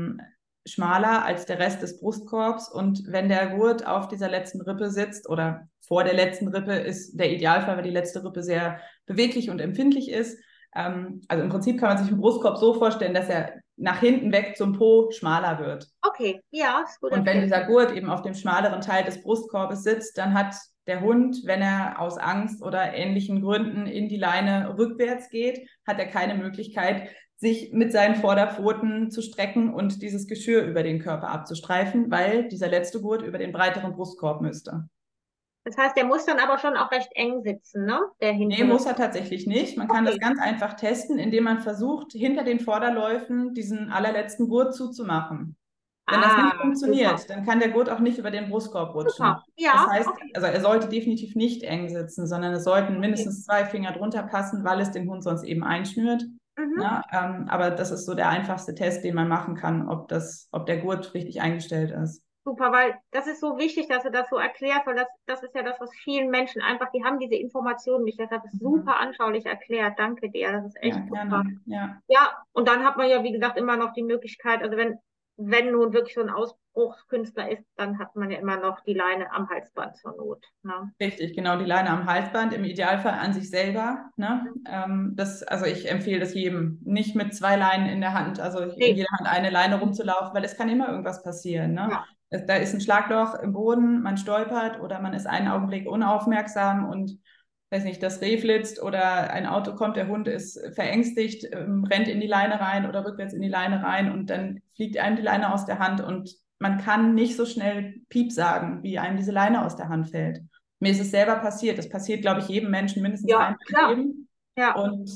schmaler als der Rest des Brustkorbs und wenn der Gurt auf dieser letzten Rippe sitzt oder vor der letzten Rippe ist der Idealfall, weil die letzte Rippe sehr beweglich und empfindlich ist. Also im Prinzip kann man sich den Brustkorb so vorstellen, dass er nach hinten weg zum Po schmaler wird. okay, ja, ist gut Und wenn erklärt. dieser Gurt eben auf dem schmaleren Teil des Brustkorbes sitzt, dann hat der Hund, wenn er aus Angst oder ähnlichen Gründen in die Leine rückwärts geht, hat er keine Möglichkeit, sich mit seinen Vorderpfoten zu strecken und dieses Geschirr über den Körper abzustreifen, weil dieser letzte Gurt über den breiteren Brustkorb müsste. Das heißt, der muss dann aber schon auch recht eng sitzen, ne? Der Nee, hintere. muss er tatsächlich nicht. Man kann das Okay. ganz einfach testen, indem man versucht, hinter den Vorderläufen diesen allerletzten Gurt zuzumachen. Wenn das nicht Ah, super. funktioniert, dann kann der Gurt auch nicht über den Brustkorb rutschen. Super. Das Ja, heißt, okay. also er sollte definitiv nicht eng sitzen, sondern es sollten Okay. mindestens 2 Finger drunter passen, weil es den Hund sonst eben einschnürt. Mhm. Ja, aber das ist so der einfachste Test, den man machen kann, ob der Gurt richtig eingestellt ist. Super, weil das ist so wichtig, dass du das so erklärst, weil das ist ja das, was vielen Menschen einfach, die haben diese Informationen nicht. Deshalb ist es Mhm. super anschaulich erklärt. Danke dir. Das ist Ja, echt super. gerne. Ja, Ja, und dann hat man ja, wie gesagt, immer noch die Möglichkeit, also wenn nun wirklich so ein Ausbruchskünstler ist, dann hat man ja immer noch die Leine am Halsband zur Not. Ne? richtig, genau, die Leine am Halsband, im Idealfall an sich selber. Ne? Also ich empfehle das jedem, nicht mit 2 Leinen in der Hand, also in Nee. jeder Hand eine Leine rumzulaufen, weil es kann immer irgendwas passieren. Ne? Ja. Da ist ein Schlagloch im Boden, man stolpert oder man ist einen Augenblick unaufmerksam und weiß nicht, das Reh flitzt oder ein Auto kommt, der Hund ist verängstigt, rennt in die Leine rein oder rückwärts in die Leine rein und dann fliegt einem die Leine aus der Hand und man kann nicht so schnell Piep sagen, wie einem diese Leine aus der Hand fällt. Mir ist es selber passiert. Das passiert, glaube ich, jedem Menschen mindestens Ja, einmal im klar. Leben. Ja. Und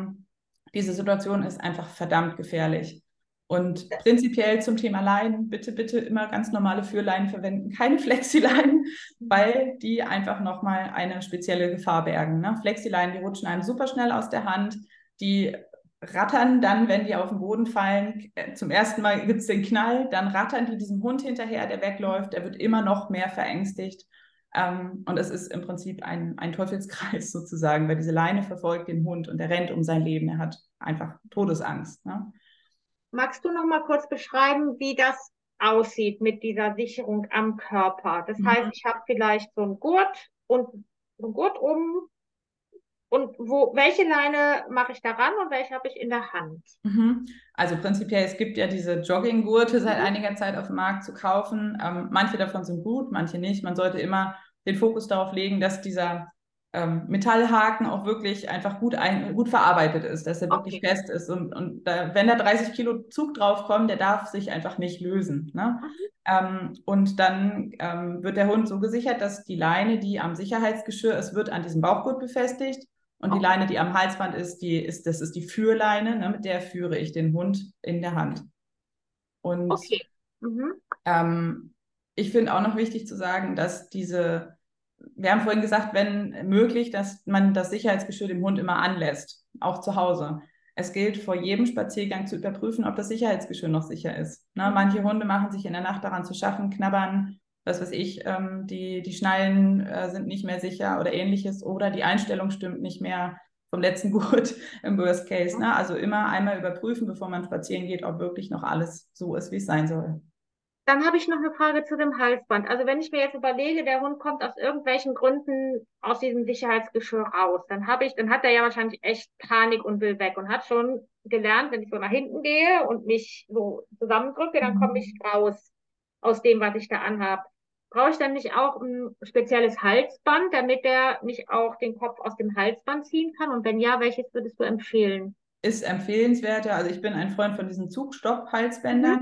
diese Situation ist einfach verdammt gefährlich. Und prinzipiell zum Thema Leinen, bitte immer ganz normale Führleinen verwenden, keine Flexileinen, weil die einfach nochmal eine spezielle Gefahr bergen. Ne? Flexileinen, die rutschen einem super schnell aus der Hand, die rattern dann, wenn die auf den Boden fallen. Zum ersten Mal gibt es den Knall, dann rattern die diesem Hund hinterher, der wegläuft, der wird immer noch mehr verängstigt. Und es ist im Prinzip ein Teufelskreis sozusagen, weil diese Leine verfolgt den Hund und er rennt um sein Leben. Er hat einfach Todesangst. Ne? Magst du noch mal kurz beschreiben, wie das aussieht mit dieser Sicherung am Körper? Das heißt, Mhm. ich habe vielleicht so einen Gurt und so einen Gurt um und welche Leine mache ich daran und welche habe ich in der Hand? Mhm. Also prinzipiell, es gibt ja diese Jogginggurte seit Mhm. einiger Zeit auf dem Markt zu kaufen. Manche davon sind gut, manche nicht. Man sollte immer den Fokus darauf legen, dass dieser Metallhaken auch wirklich einfach gut verarbeitet ist, dass er wirklich Okay. fest ist. Und wenn da 30 Kilo Zug draufkommt, der darf sich einfach nicht lösen. Ne? Mhm. Und dann wird der Hund so gesichert, dass die Leine, die am Sicherheitsgeschirr ist, wird an diesem Bauchgurt befestigt. Und die Okay. Leine, die am Halsband ist, das ist die Führleine, ne? Mit der führe ich den Hund in der Hand. Und Okay. Mhm. ich finde auch noch wichtig zu sagen, dass wir haben vorhin gesagt, wenn möglich, dass man das Sicherheitsgeschirr dem Hund immer anlässt, auch zu Hause. Es gilt vor jedem Spaziergang zu überprüfen, ob das Sicherheitsgeschirr noch sicher ist. Ne? Mhm. Manche Hunde machen sich in der Nacht daran zu schaffen, knabbern, was weiß ich, die Schnallen sind nicht mehr sicher oder ähnliches oder die Einstellung stimmt nicht mehr vom letzten Gurt im Worst Case. Ne? Also immer einmal überprüfen, bevor man spazieren geht, ob wirklich noch alles so ist, wie es sein soll. Dann habe ich noch eine Frage zu dem Halsband. Also wenn ich mir jetzt überlege, der Hund kommt aus irgendwelchen Gründen aus diesem Sicherheitsgeschirr raus, dann hat er ja wahrscheinlich echt Panik und will weg und hat schon gelernt, wenn ich so nach hinten gehe und mich so zusammendrücke, dann komme ich raus aus dem, was ich da anhabe. Brauche ich dann nicht auch ein spezielles Halsband, damit der nicht auch den Kopf aus dem Halsband ziehen kann? Und wenn ja, welches würdest du empfehlen? Ist empfehlenswerter. Also ich bin ein Freund von diesen Mhm. Zugstopp-Halsbändern.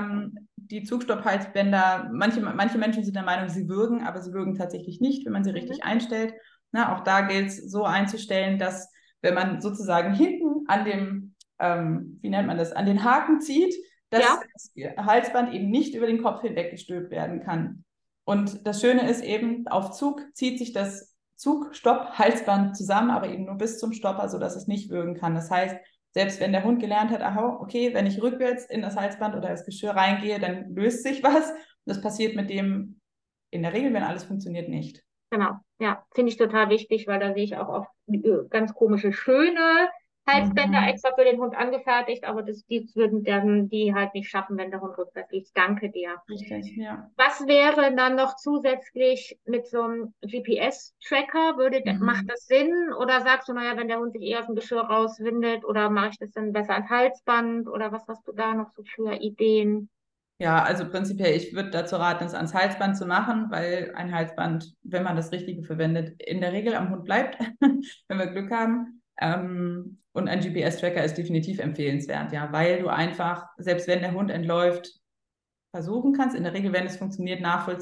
Die Zugstopp-Halsbänder, manche Menschen sind der Meinung, sie würgen, aber sie würgen tatsächlich nicht, wenn man sie richtig Mhm. einstellt. Na, auch da gilt es so einzustellen, dass wenn man sozusagen hinten an dem, wie nennt man das, an den Haken zieht, dass Ja, das Halsband eben nicht über den Kopf hinweg gestülpt werden kann. Und das Schöne ist eben, auf Zug zieht sich das Zug-Stopp-Halsband zusammen, aber eben nur bis zum Stopper, sodass es nicht würgen kann. Das heißt, selbst wenn der Hund gelernt hat, aha, okay, wenn ich rückwärts in das Halsband oder das Geschirr reingehe, dann löst sich was. Das passiert mit dem in der Regel, wenn alles funktioniert, nicht. genau. Ja, finde ich total wichtig, weil da sehe ich auch oft ganz komische, schöne Halsbänder Mhm. extra für den Hund angefertigt, aber die würden dann die halt nicht schaffen, wenn der Hund rückwärts liegt. Danke dir. Richtig, ja. Was wäre dann noch zusätzlich mit so einem GPS-Tracker? Macht Mhm. das Sinn? Oder sagst du, naja, wenn der Hund sich eher aus dem Geschirr rauswindet, oder mache ich das dann besser ans Halsband? Oder was hast du da noch so für Ideen? Ja, also prinzipiell, ich würde dazu raten, es ans Halsband zu machen, weil ein Halsband, wenn man das Richtige verwendet, in der Regel am Hund bleibt, wenn wir Glück haben. Und ein GPS-Tracker ist definitiv empfehlenswert, ja, weil du einfach, selbst wenn der Hund entläuft, versuchen kannst, in der Regel, wenn es funktioniert,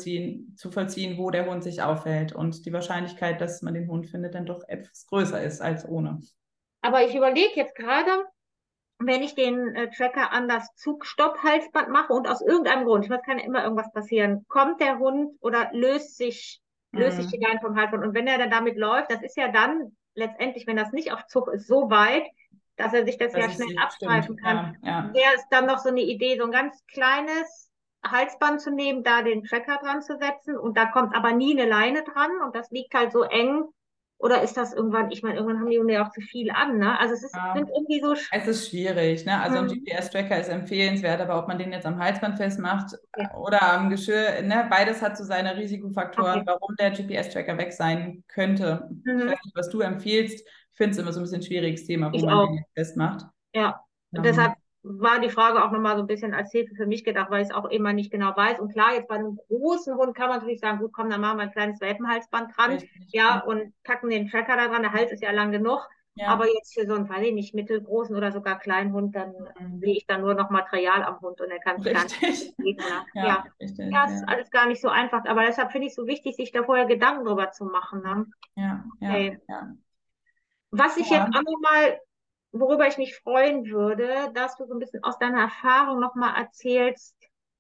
zu vollziehen, wo der Hund sich aufhält. Und die Wahrscheinlichkeit, dass man den Hund findet, dann doch etwas größer ist als ohne. Aber ich überlege jetzt gerade, wenn ich den Tracker an das Zugstopp-Halsband mache und aus irgendeinem Grund, ich weiß, kann ja immer irgendwas passieren, kommt der Hund oder löst sich die Mhm. Leine vom Halsband. Und wenn er dann damit läuft, das ist ja dann letztendlich, wenn das nicht auf Zug ist, so weit, dass er sich das Das ja ist schnell sie, stimmt. abgreifen kann. Ja, ja. Wäre es dann noch so eine Idee, so ein ganz kleines Halsband zu nehmen, da den Tracker dran zu setzen und da kommt aber nie eine Leine dran und das liegt halt so eng. Oder ist das irgendwann, ich meine, irgendwann haben die Hunde ja auch zu viel an, ne? Also sind Ja. irgendwie so, Es ist schwierig, ne? Also ein hm, GPS-Tracker ist empfehlenswert, aber ob man den jetzt am Halsband festmacht okay. oder am Geschirr, ne? Beides hat so seine Okay. Risikofaktoren, warum der GPS-Tracker weg sein könnte. Ich weiß Mhm. nicht, was du empfiehlst. Ich finde es immer so ein bisschen ein schwieriges Thema, wo Ich man den auch. jetzt festmacht. Ja. Und deshalb Ähm, war die Frage auch nochmal so ein bisschen als Hilfe für mich gedacht, weil ich es auch immer nicht genau weiß. Und klar, jetzt bei einem großen Hund kann man natürlich sagen, gut, komm, dann machen wir ein kleines Welpenhalsband dran. richtig. Ja, Ja, und packen den Tracker da dran. Der Hals ist ja lang genug. Aber ja. jetzt für so einen, weiß ich nicht, mittelgroßen oder sogar kleinen Hund, dann Mhm. sehe ich dann nur noch Material am Hund und er kann sich gar nicht Richtig. bewegen. Ne? Ja, Ja. richtig. Ja, es ist Ja, alles gar nicht so einfach. Aber deshalb finde ich es so wichtig, sich da vorher Gedanken drüber zu machen. Ne? ja, ja, Okay. ja. Was ich jetzt Ja, auch nochmal, worüber ich mich freuen würde, dass du so ein bisschen aus deiner Erfahrung nochmal erzählst,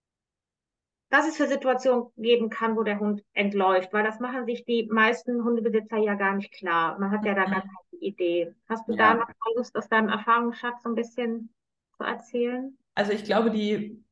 was es für Situationen geben kann, wo der Hund entläuft, weil das machen sich die meisten Hundebesitzer ja gar nicht klar. Man hat ja da gar mhm. keine Idee. Hast du da noch Ja. mal Lust, aus deinem Erfahrungsschatz so ein bisschen zu erzählen? Also ich glaube, die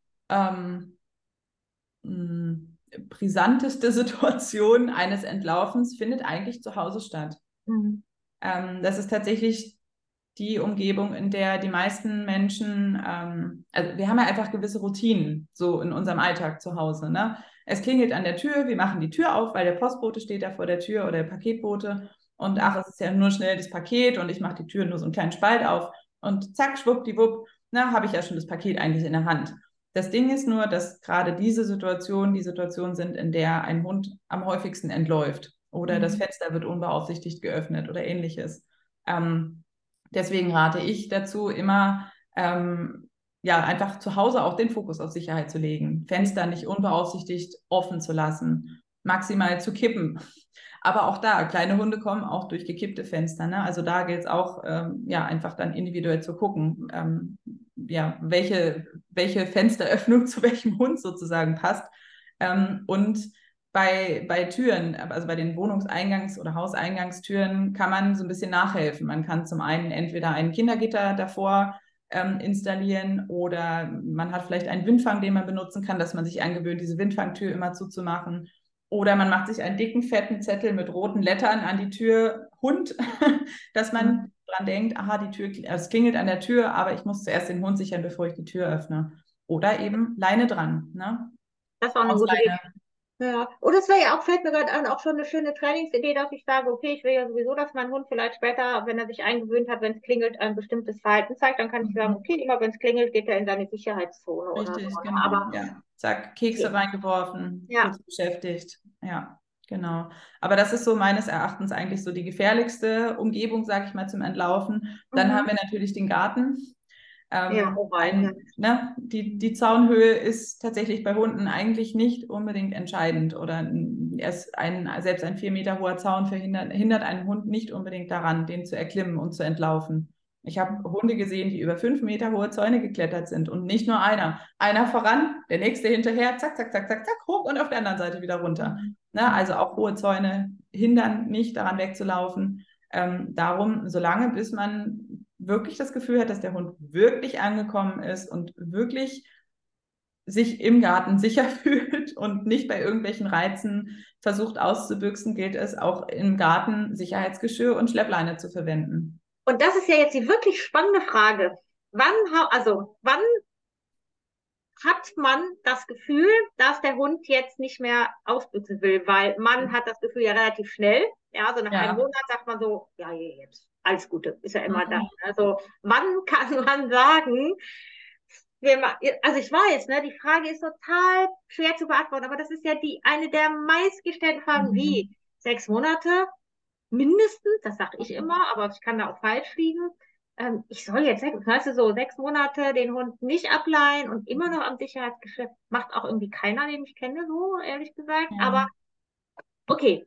mh, brisanteste Situation eines Entlaufens findet eigentlich zu Hause statt. Mhm. Das ist tatsächlich die Umgebung, in der die meisten Menschen, also wir haben ja einfach gewisse Routinen so in unserem Alltag zu Hause. Ne? Es klingelt an der Tür, wir machen die Tür auf, weil der Postbote steht da vor der Tür oder der Paketbote. Und ach, es ist ja nur schnell das Paket und ich mache die Tür nur so einen kleinen Spalt auf und zack, schwuppdiwupp, na, habe ich ja schon das Paket eigentlich in der Hand. Das Ding ist nur, dass gerade diese Situationen die Situationen sind, in der ein Hund am häufigsten entläuft. oder das Fenster wird unbeaufsichtigt geöffnet oder ähnliches. Deswegen rate ich dazu, immer ja, einfach zu Hause auch den Fokus auf Sicherheit zu legen, Fenster nicht unbeaufsichtigt offen zu lassen, maximal zu kippen. Aber auch da, kleine Hunde kommen auch durch gekippte Fenster. Ne? Also da gilt es auch, ja, einfach dann individuell zu gucken, ja, welche Fensteröffnung zu welchem Hund sozusagen passt. Und bei Türen, also bei den Wohnungseingangs- oder Hauseingangstüren, kann man so ein bisschen nachhelfen. Man kann zum einen entweder ein Kindergitter davor installieren oder man hat vielleicht einen Windfang, den man benutzen kann, dass man sich angewöhnt, diese Windfangtür immer zuzumachen. Oder man macht sich einen dicken, fetten Zettel mit roten Lettern an die Tür, Hund, dass man dran denkt, aha, die Tür, es klingelt an der Tür, aber ich muss zuerst den Hund sichern, bevor ich die Tür öffne. Oder eben Leine dran, ne? Das war eine gute Idee. Ja, und es wäre ja auch, fällt mir gerade an, auch schon eine schöne Trainingsidee, dass ich sage, okay, ich will ja sowieso, dass mein Hund vielleicht später, wenn er sich eingewöhnt hat, wenn es klingelt, ein bestimmtes Verhalten zeigt, dann kann ich sagen, okay, immer wenn es klingelt, geht er in seine Sicherheitszone oder so. Richtig, genau. Aber Ja, zack, Kekse okay. reingeworfen, Ja. kurz beschäftigt. Ja, genau. Aber das ist so meines Erachtens eigentlich so die gefährlichste Umgebung, sage ich mal, zum Entlaufen. Dann haben wir natürlich den Garten. Ja, ja. Die Zaunhöhe ist tatsächlich bei Hunden eigentlich nicht unbedingt entscheidend oder selbst ein 4 Meter hoher Zaun hindert einen Hund nicht unbedingt daran, den zu erklimmen und zu entlaufen. Ich habe Hunde gesehen, die über 5 Meter hohe Zäune geklettert sind und nicht nur einer. Einer voran, der nächste hinterher, zack, zack, zack, zack, zack, hoch und auf der anderen Seite wieder runter. Ne? Also auch hohe Zäune hindern nicht daran wegzulaufen. Darum, solange bis man wirklich das Gefühl hat, dass der Hund wirklich angekommen ist und wirklich sich im Garten sicher fühlt und nicht bei irgendwelchen Reizen versucht auszubüchsen, gilt es auch im Garten Sicherheitsgeschirr und Schleppleine zu verwenden. Und das ist ja jetzt die wirklich spannende Frage. Wann hat man das Gefühl, dass der Hund jetzt nicht mehr ausbüchsen will? Weil man hat das Gefühl ja relativ schnell. Ja, so nach einem Monat sagt man so, ja, jetzt, alles Gute, ist ja immer da. Also, wann kann man sagen, also ich weiß, ne, die Frage ist total schwer zu beantworten, aber das ist ja eine der meistgestellten Fragen, wie 6 Monate mindestens, das sage ich immer, aber ich kann da auch falsch liegen. Ich soll jetzt, weißt du, so 6 Monate den Hund nicht ableihen und immer noch am Sicherheitsgeschäft. Macht auch irgendwie keiner, den ich kenne, so, ehrlich gesagt. Aber okay,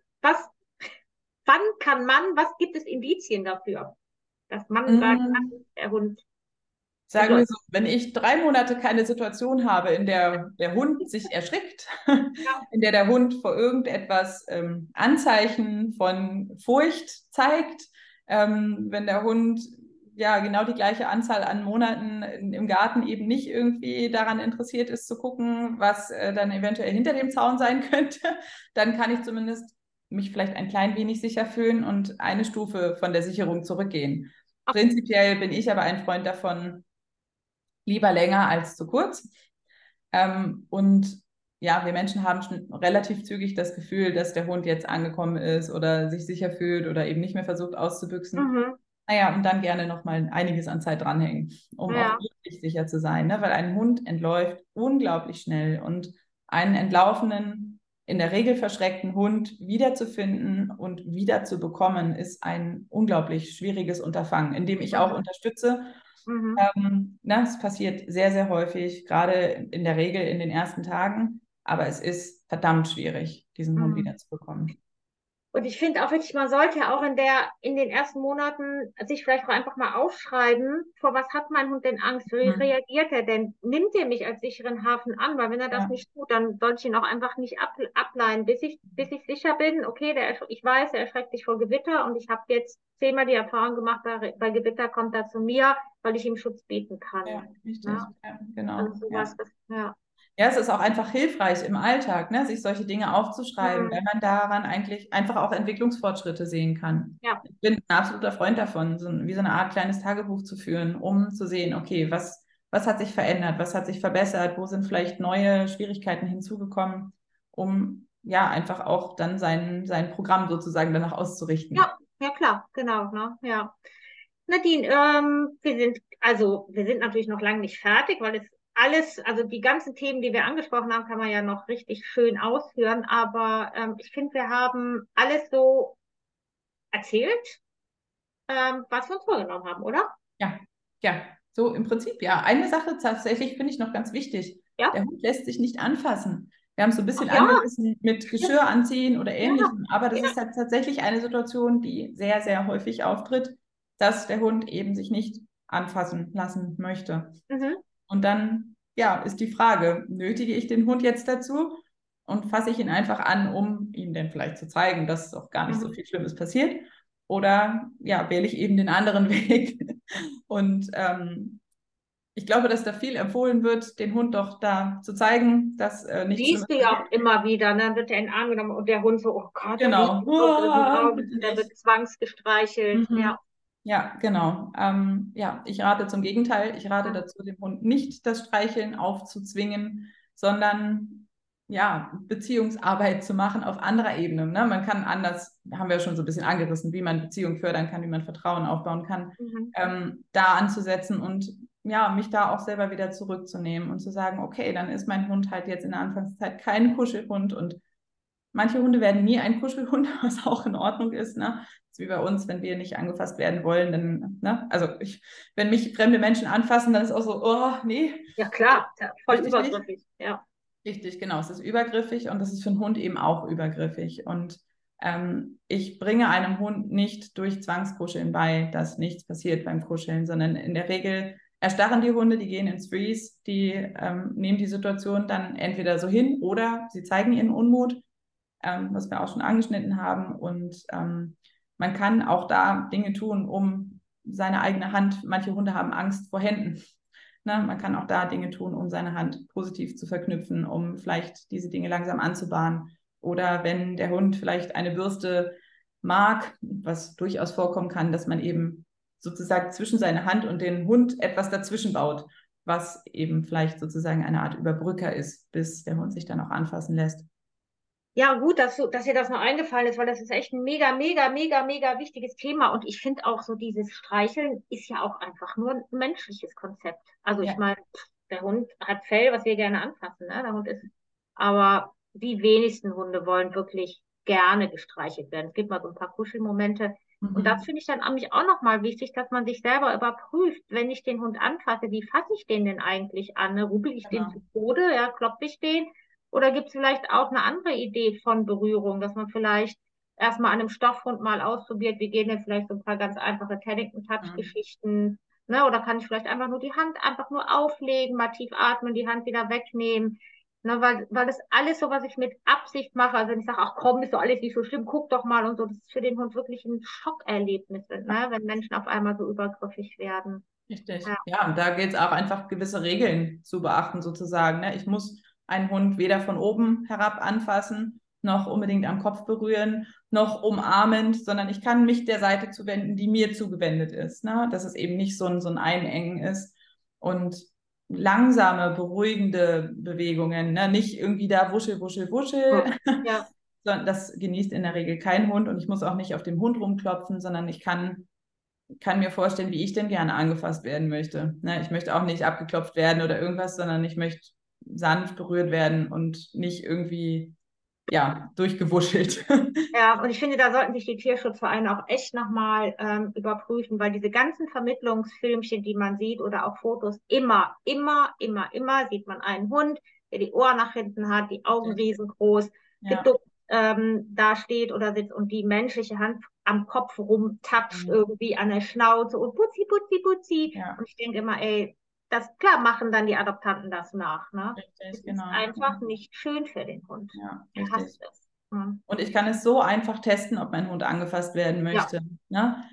was gibt es Indizien dafür, dass man sagt, der Hund Sagen wir so, wenn ich 3 Monate keine Situation habe, in der der Hund sich erschrickt, in der der Hund vor irgendetwas Anzeichen von Furcht zeigt, wenn der Hund ja genau die gleiche Anzahl an Monaten im Garten eben nicht irgendwie daran interessiert ist zu gucken, was dann eventuell hinter dem Zaun sein könnte, dann kann ich zumindest mich vielleicht ein klein wenig sicher fühlen und eine Stufe von der Sicherung zurückgehen. Prinzipiell bin ich aber ein Freund davon, lieber länger als zu kurz. Und ja, wir Menschen haben schon relativ zügig das Gefühl, dass der Hund jetzt angekommen ist oder sich sicher fühlt oder eben nicht mehr versucht auszubüchsen. Naja, und dann gerne noch mal einiges an Zeit dranhängen, um auch wirklich sicher zu sein. Ne? Weil ein Hund entläuft unglaublich schnell und einen entlaufenen, in der Regel verschreckten Hund wiederzufinden und wieder zu bekommen, ist ein unglaublich schwieriges Unterfangen, in dem ich auch unterstütze. Es passiert sehr, sehr häufig, gerade in der Regel in den ersten Tagen, aber es ist verdammt schwierig, diesen Hund wiederzubekommen. Und ich finde auch wirklich, man sollte auch in den ersten Monaten sich vielleicht auch einfach mal aufschreiben, vor was hat mein Hund denn Angst? Wie reagiert er denn? Nimmt er mich als sicheren Hafen an? Weil wenn er das nicht tut, dann sollte ich ihn auch einfach nicht ableihen, bis ich sicher bin, okay, ich weiß, er erschreckt sich vor Gewitter und ich habe jetzt 10-mal die Erfahrung gemacht, bei Gewitter kommt er zu mir, weil ich ihm Schutz bieten kann. Ja, richtig. Ja? Ja, genau. Also sowas, Ja, es ist auch einfach hilfreich im Alltag, ne, sich solche Dinge aufzuschreiben, weil man daran eigentlich einfach auch Entwicklungsfortschritte sehen kann. Ja. Ich bin ein absoluter Freund davon, wie so eine Art kleines Tagebuch zu führen, um zu sehen, okay, was hat sich verändert, was hat sich verbessert, wo sind vielleicht neue Schwierigkeiten hinzugekommen, um ja einfach auch dann sein Programm sozusagen danach auszurichten. Ja, klar, genau, ne? Ja. Nadine, wir sind natürlich noch lange nicht fertig, weil es alles, also die ganzen Themen, die wir angesprochen haben, kann man ja noch richtig schön ausführen, aber ich finde, wir haben alles so erzählt, was wir uns vorgenommen haben, oder? Ja, ja, so im Prinzip, ja. Eine Sache tatsächlich finde ich noch ganz wichtig. Ja? Der Hund lässt sich nicht anfassen. Wir haben es so ein Ach bisschen ja, angerissen mit stimmt. Geschirr anziehen oder Ja, Ähnlichem, aber das ja. ist halt tatsächlich eine Situation, die sehr, sehr häufig auftritt, dass der Hund eben sich nicht anfassen lassen möchte. Mhm. Und dann, ja, ist die Frage, nötige ich den Hund jetzt dazu und fasse ich ihn einfach an, um ihm dann vielleicht zu zeigen, dass auch gar nicht so Mhm. viel Schlimmes passiert? Oder ja, wähle ich eben den anderen Weg? Und ich glaube, dass da viel empfohlen wird, den Hund doch da zu zeigen, dass nichts Siehst Schlimmes du ja passiert. auch immer wieder, ne? Dann wird er in den Arm genommen und der Hund so, oh Gott, und Genau. riesige aufgerissene Augen, Bitte der nicht. wird zwangsgestreichelt. Ja. Mhm. Ja, genau. Ja, ich rate zum Gegenteil. Ich rate Mhm. dazu, dem Hund nicht das Streicheln aufzuzwingen, sondern ja, Beziehungsarbeit zu machen auf anderer Ebene. Ne? Man kann anders, haben wir ja schon so ein bisschen angerissen, wie man Beziehung fördern kann, wie man Vertrauen aufbauen kann, Mhm. da anzusetzen und ja, mich da auch selber wieder zurückzunehmen und zu sagen, okay, dann ist mein Hund halt jetzt in der Anfangszeit kein Kuschelhund und manche Hunde werden nie ein Kuschelhund, was auch in Ordnung ist. Ne? Das ist wie bei uns, wenn wir nicht angefasst werden wollen, dann, ne? Also wenn mich fremde Menschen anfassen, dann ist auch so, oh, nee, Ja, klar, ja, voll möchte ich nicht. übergriffig. Ja. Richtig, genau. Es ist übergriffig und das ist für einen Hund eben auch übergriffig. Und ich bringe einem Hund nicht durch Zwangskuscheln bei, dass nichts passiert beim Kuscheln, sondern in der Regel erstarren die Hunde, die gehen ins Freeze, die nehmen die Situation dann entweder so hin oder sie zeigen ihren Unmut, was wir auch schon angeschnitten haben. Und man kann auch da Dinge tun, um seine eigene Hand, manche Hunde haben Angst vor Händen. Ne? Man kann auch da Dinge tun, um seine Hand positiv zu verknüpfen, um vielleicht diese Dinge langsam anzubahnen. Oder wenn der Hund vielleicht eine Bürste mag, was durchaus vorkommen kann, dass man eben sozusagen zwischen seine Hand und den Hund etwas dazwischen baut, was eben vielleicht sozusagen eine Art Überbrücker ist, bis der Hund sich dann auch anfassen lässt. Ja, gut, dass dir das noch eingefallen ist, weil das ist echt ein mega, mega, mega, mega wichtiges Thema. Und ich finde auch so, dieses Streicheln ist ja auch einfach nur ein menschliches Konzept. Also ich Ja. meine, der Hund hat Fell, was wir gerne anfassen, ne? Der Hund ist, aber die wenigsten Hunde wollen wirklich gerne gestreichelt werden. Es gibt mal so ein paar Kuschelmomente. Und das Mhm. finde ich dann an mich auch nochmal wichtig, dass man sich selber überprüft, wenn ich den Hund anfasse, wie fasse ich den denn eigentlich an? Ne? Rubbel ich den zu Genau. Tode? Ja, klopfe ich den? Oder gibt es vielleicht auch eine andere Idee von Berührung, dass man vielleicht erstmal an einem Stoffhund mal ausprobiert, wie gehen denn vielleicht so ein paar ganz einfache Mhm. Teddington-Touch-Geschichten, ne? Oder kann ich vielleicht einfach nur die Hand einfach nur auflegen, mal tief atmen, die Hand wieder wegnehmen, ne? Weil das alles so, was ich mit Absicht mache, also wenn ich sage, ach komm, ist doch alles nicht so schlimm, guck doch mal und so, das ist für den Hund wirklich ein Schockerlebnis, ne? Wenn Menschen auf einmal so übergriffig werden. Richtig. Ja, Ja, und da geht es auch einfach gewisse Regeln zu beachten, sozusagen. Ne? Ich muss einen Hund weder von oben herab anfassen, noch unbedingt am Kopf berühren, noch umarmend, sondern ich kann mich der Seite zuwenden, die mir zugewendet ist. Ne? Dass es eben nicht so ein Einengen ist. Und langsame, beruhigende Bewegungen, ne? Nicht irgendwie da wuschel, wuschel, wuschel. ja, Sondern das genießt in der Regel kein Hund und ich muss auch nicht auf dem Hund rumklopfen, sondern ich kann mir vorstellen, wie ich denn gerne angefasst werden möchte. Ne? Ich möchte auch nicht abgeklopft werden oder irgendwas, sondern ich möchte sanft berührt werden und nicht irgendwie, ja, durchgewuschelt. ja, und ich finde, da sollten sich die Tierschutzvereine auch echt nochmal überprüfen, weil diese ganzen Vermittlungsfilmchen, die man sieht oder auch Fotos, immer, immer, immer, immer sieht man einen Hund, der die Ohren nach hinten hat, die Augen Richtig. riesengroß, Ja. geduckt da steht oder sitzt und die menschliche Hand am Kopf rumtapscht Mhm. irgendwie an der Schnauze und putzi, putzi, putzi. Ja, Und ich denke immer, ey, das, klar machen dann die Adoptanten das nach, ne? Es richtig, ist genau. einfach nicht schön für den Hund. Ja, Er hasst richtig. es. Hm. Und ich kann es so einfach testen, ob mein Hund angefasst werden Ja. möchte. Ne?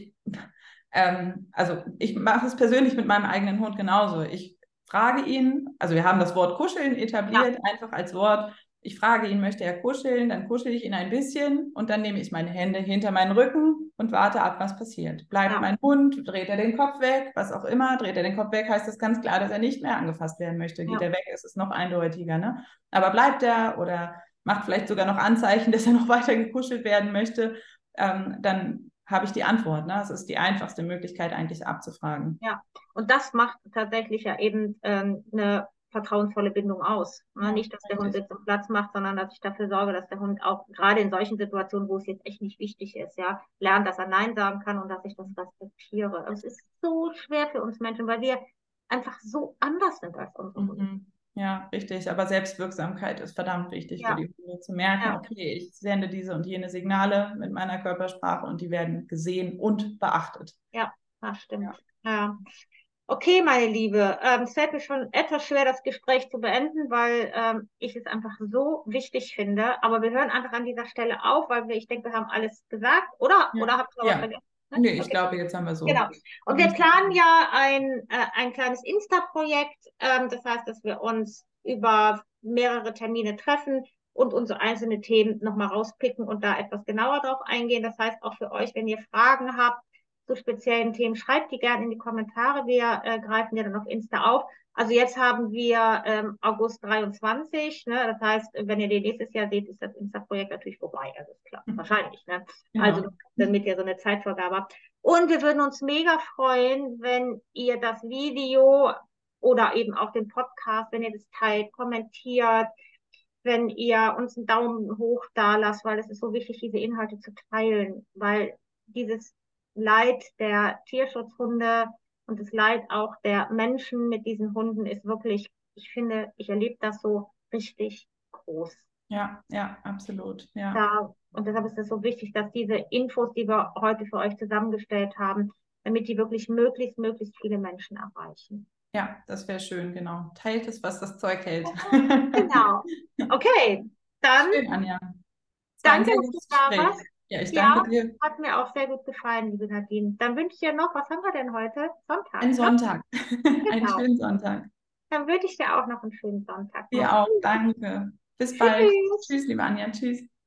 Also ich mache es persönlich mit meinem eigenen Hund genauso. Ich frage ihn, also wir haben das Wort kuscheln Ja, etabliert, einfach als Wort. Ich frage ihn, möchte er kuscheln? Dann kuschel ich ihn ein bisschen und dann nehme ich meine Hände hinter meinen Rücken und warte ab, was passiert. Bleibt ja, mein Hund, dreht er den Kopf weg, was auch immer, dreht er den Kopf weg, heißt das ganz klar, dass er nicht mehr angefasst werden möchte. Geht ja, er weg, ist es noch eindeutiger. Ne? Aber bleibt er oder macht vielleicht sogar noch Anzeichen, dass er noch weiter gekuschelt werden möchte, dann habe ich die Antwort. Ne? Es ist die einfachste Möglichkeit, eigentlich abzufragen. Ja, und das macht tatsächlich ja eben eine vertrauensvolle Bindung aus. Ne? Ja, Nicht, dass der Hund richtig. Sitz und Platz macht, sondern dass ich dafür sorge, dass der Hund auch gerade in solchen Situationen, wo es jetzt echt nicht wichtig ist, ja, lernt, dass er Nein sagen kann und dass ich das respektiere. Es ist so schwer für uns Menschen, weil wir einfach so anders sind als unsere Hunde. Mhm. Ja, richtig. Aber Selbstwirksamkeit ist verdammt wichtig für Ja, die Hunde, zu merken, ja, okay, ich sende diese und jene Signale mit meiner Körpersprache und die werden gesehen und beachtet. ja, das Ja. stimmt. Ja. Okay, meine Liebe, es fällt mir schon etwas schwer, das Gespräch zu beenden, weil ich es einfach so wichtig finde. Aber wir hören einfach an dieser Stelle auf, weil ich denke, wir haben alles gesagt. Ja. Oder habt ihr noch was Ja. vergessen? Ne? Nee, ich Okay, glaube, jetzt haben wir so. genau. Und wir planen ja ein kleines Insta-Projekt. Das heißt, dass wir uns über mehrere Termine treffen und unsere einzelnen Themen nochmal rauspicken und da etwas genauer drauf eingehen. Das heißt, auch für euch, wenn ihr Fragen habt zu speziellen Themen, schreibt die gerne in die Kommentare. Wir greifen die dann auf Insta auf. Also jetzt haben wir August 23, ne? Das heißt, wenn ihr den nächstes Jahr seht, ist das Insta-Projekt natürlich vorbei. Also ist klar, wahrscheinlich. Ne? Also Genau. damit ihr so eine Zeitvorgabe habt. Und wir würden uns mega freuen, wenn ihr das Video oder eben auch den Podcast, wenn ihr das teilt, kommentiert, wenn ihr uns einen Daumen hoch da lasst, weil es ist so wichtig, diese Inhalte zu teilen, weil dieses Leid der Tierschutzhunde und das Leid auch der Menschen mit diesen Hunden ist wirklich, ich finde, ich erlebe das so richtig groß. Ja, ja, absolut. Ja. Da, und deshalb ist es so wichtig, dass diese Infos, die wir heute für euch zusammengestellt haben, damit die wirklich möglichst viele Menschen erreichen. Ja, das wäre schön, genau. Teilt es, was das Zeug hält. Genau. Okay, dann Schön, Anja. Es war ein danke, sehr dass du gutes da Gespräch. warst. Ja, ich danke Ja, dir. hat mir auch sehr gut gefallen, liebe Nadine. Dann wünsche ich dir noch, was haben wir denn heute? Ein Sonntag, ne? Sonntag. Einen Genau. schönen Sonntag. Dann wünsche ich dir auch noch einen schönen Sonntag. Dir Mach's auch. gut. Danke. Bis bald. Tschüss. Tschüss, liebe Anja. Tschüss.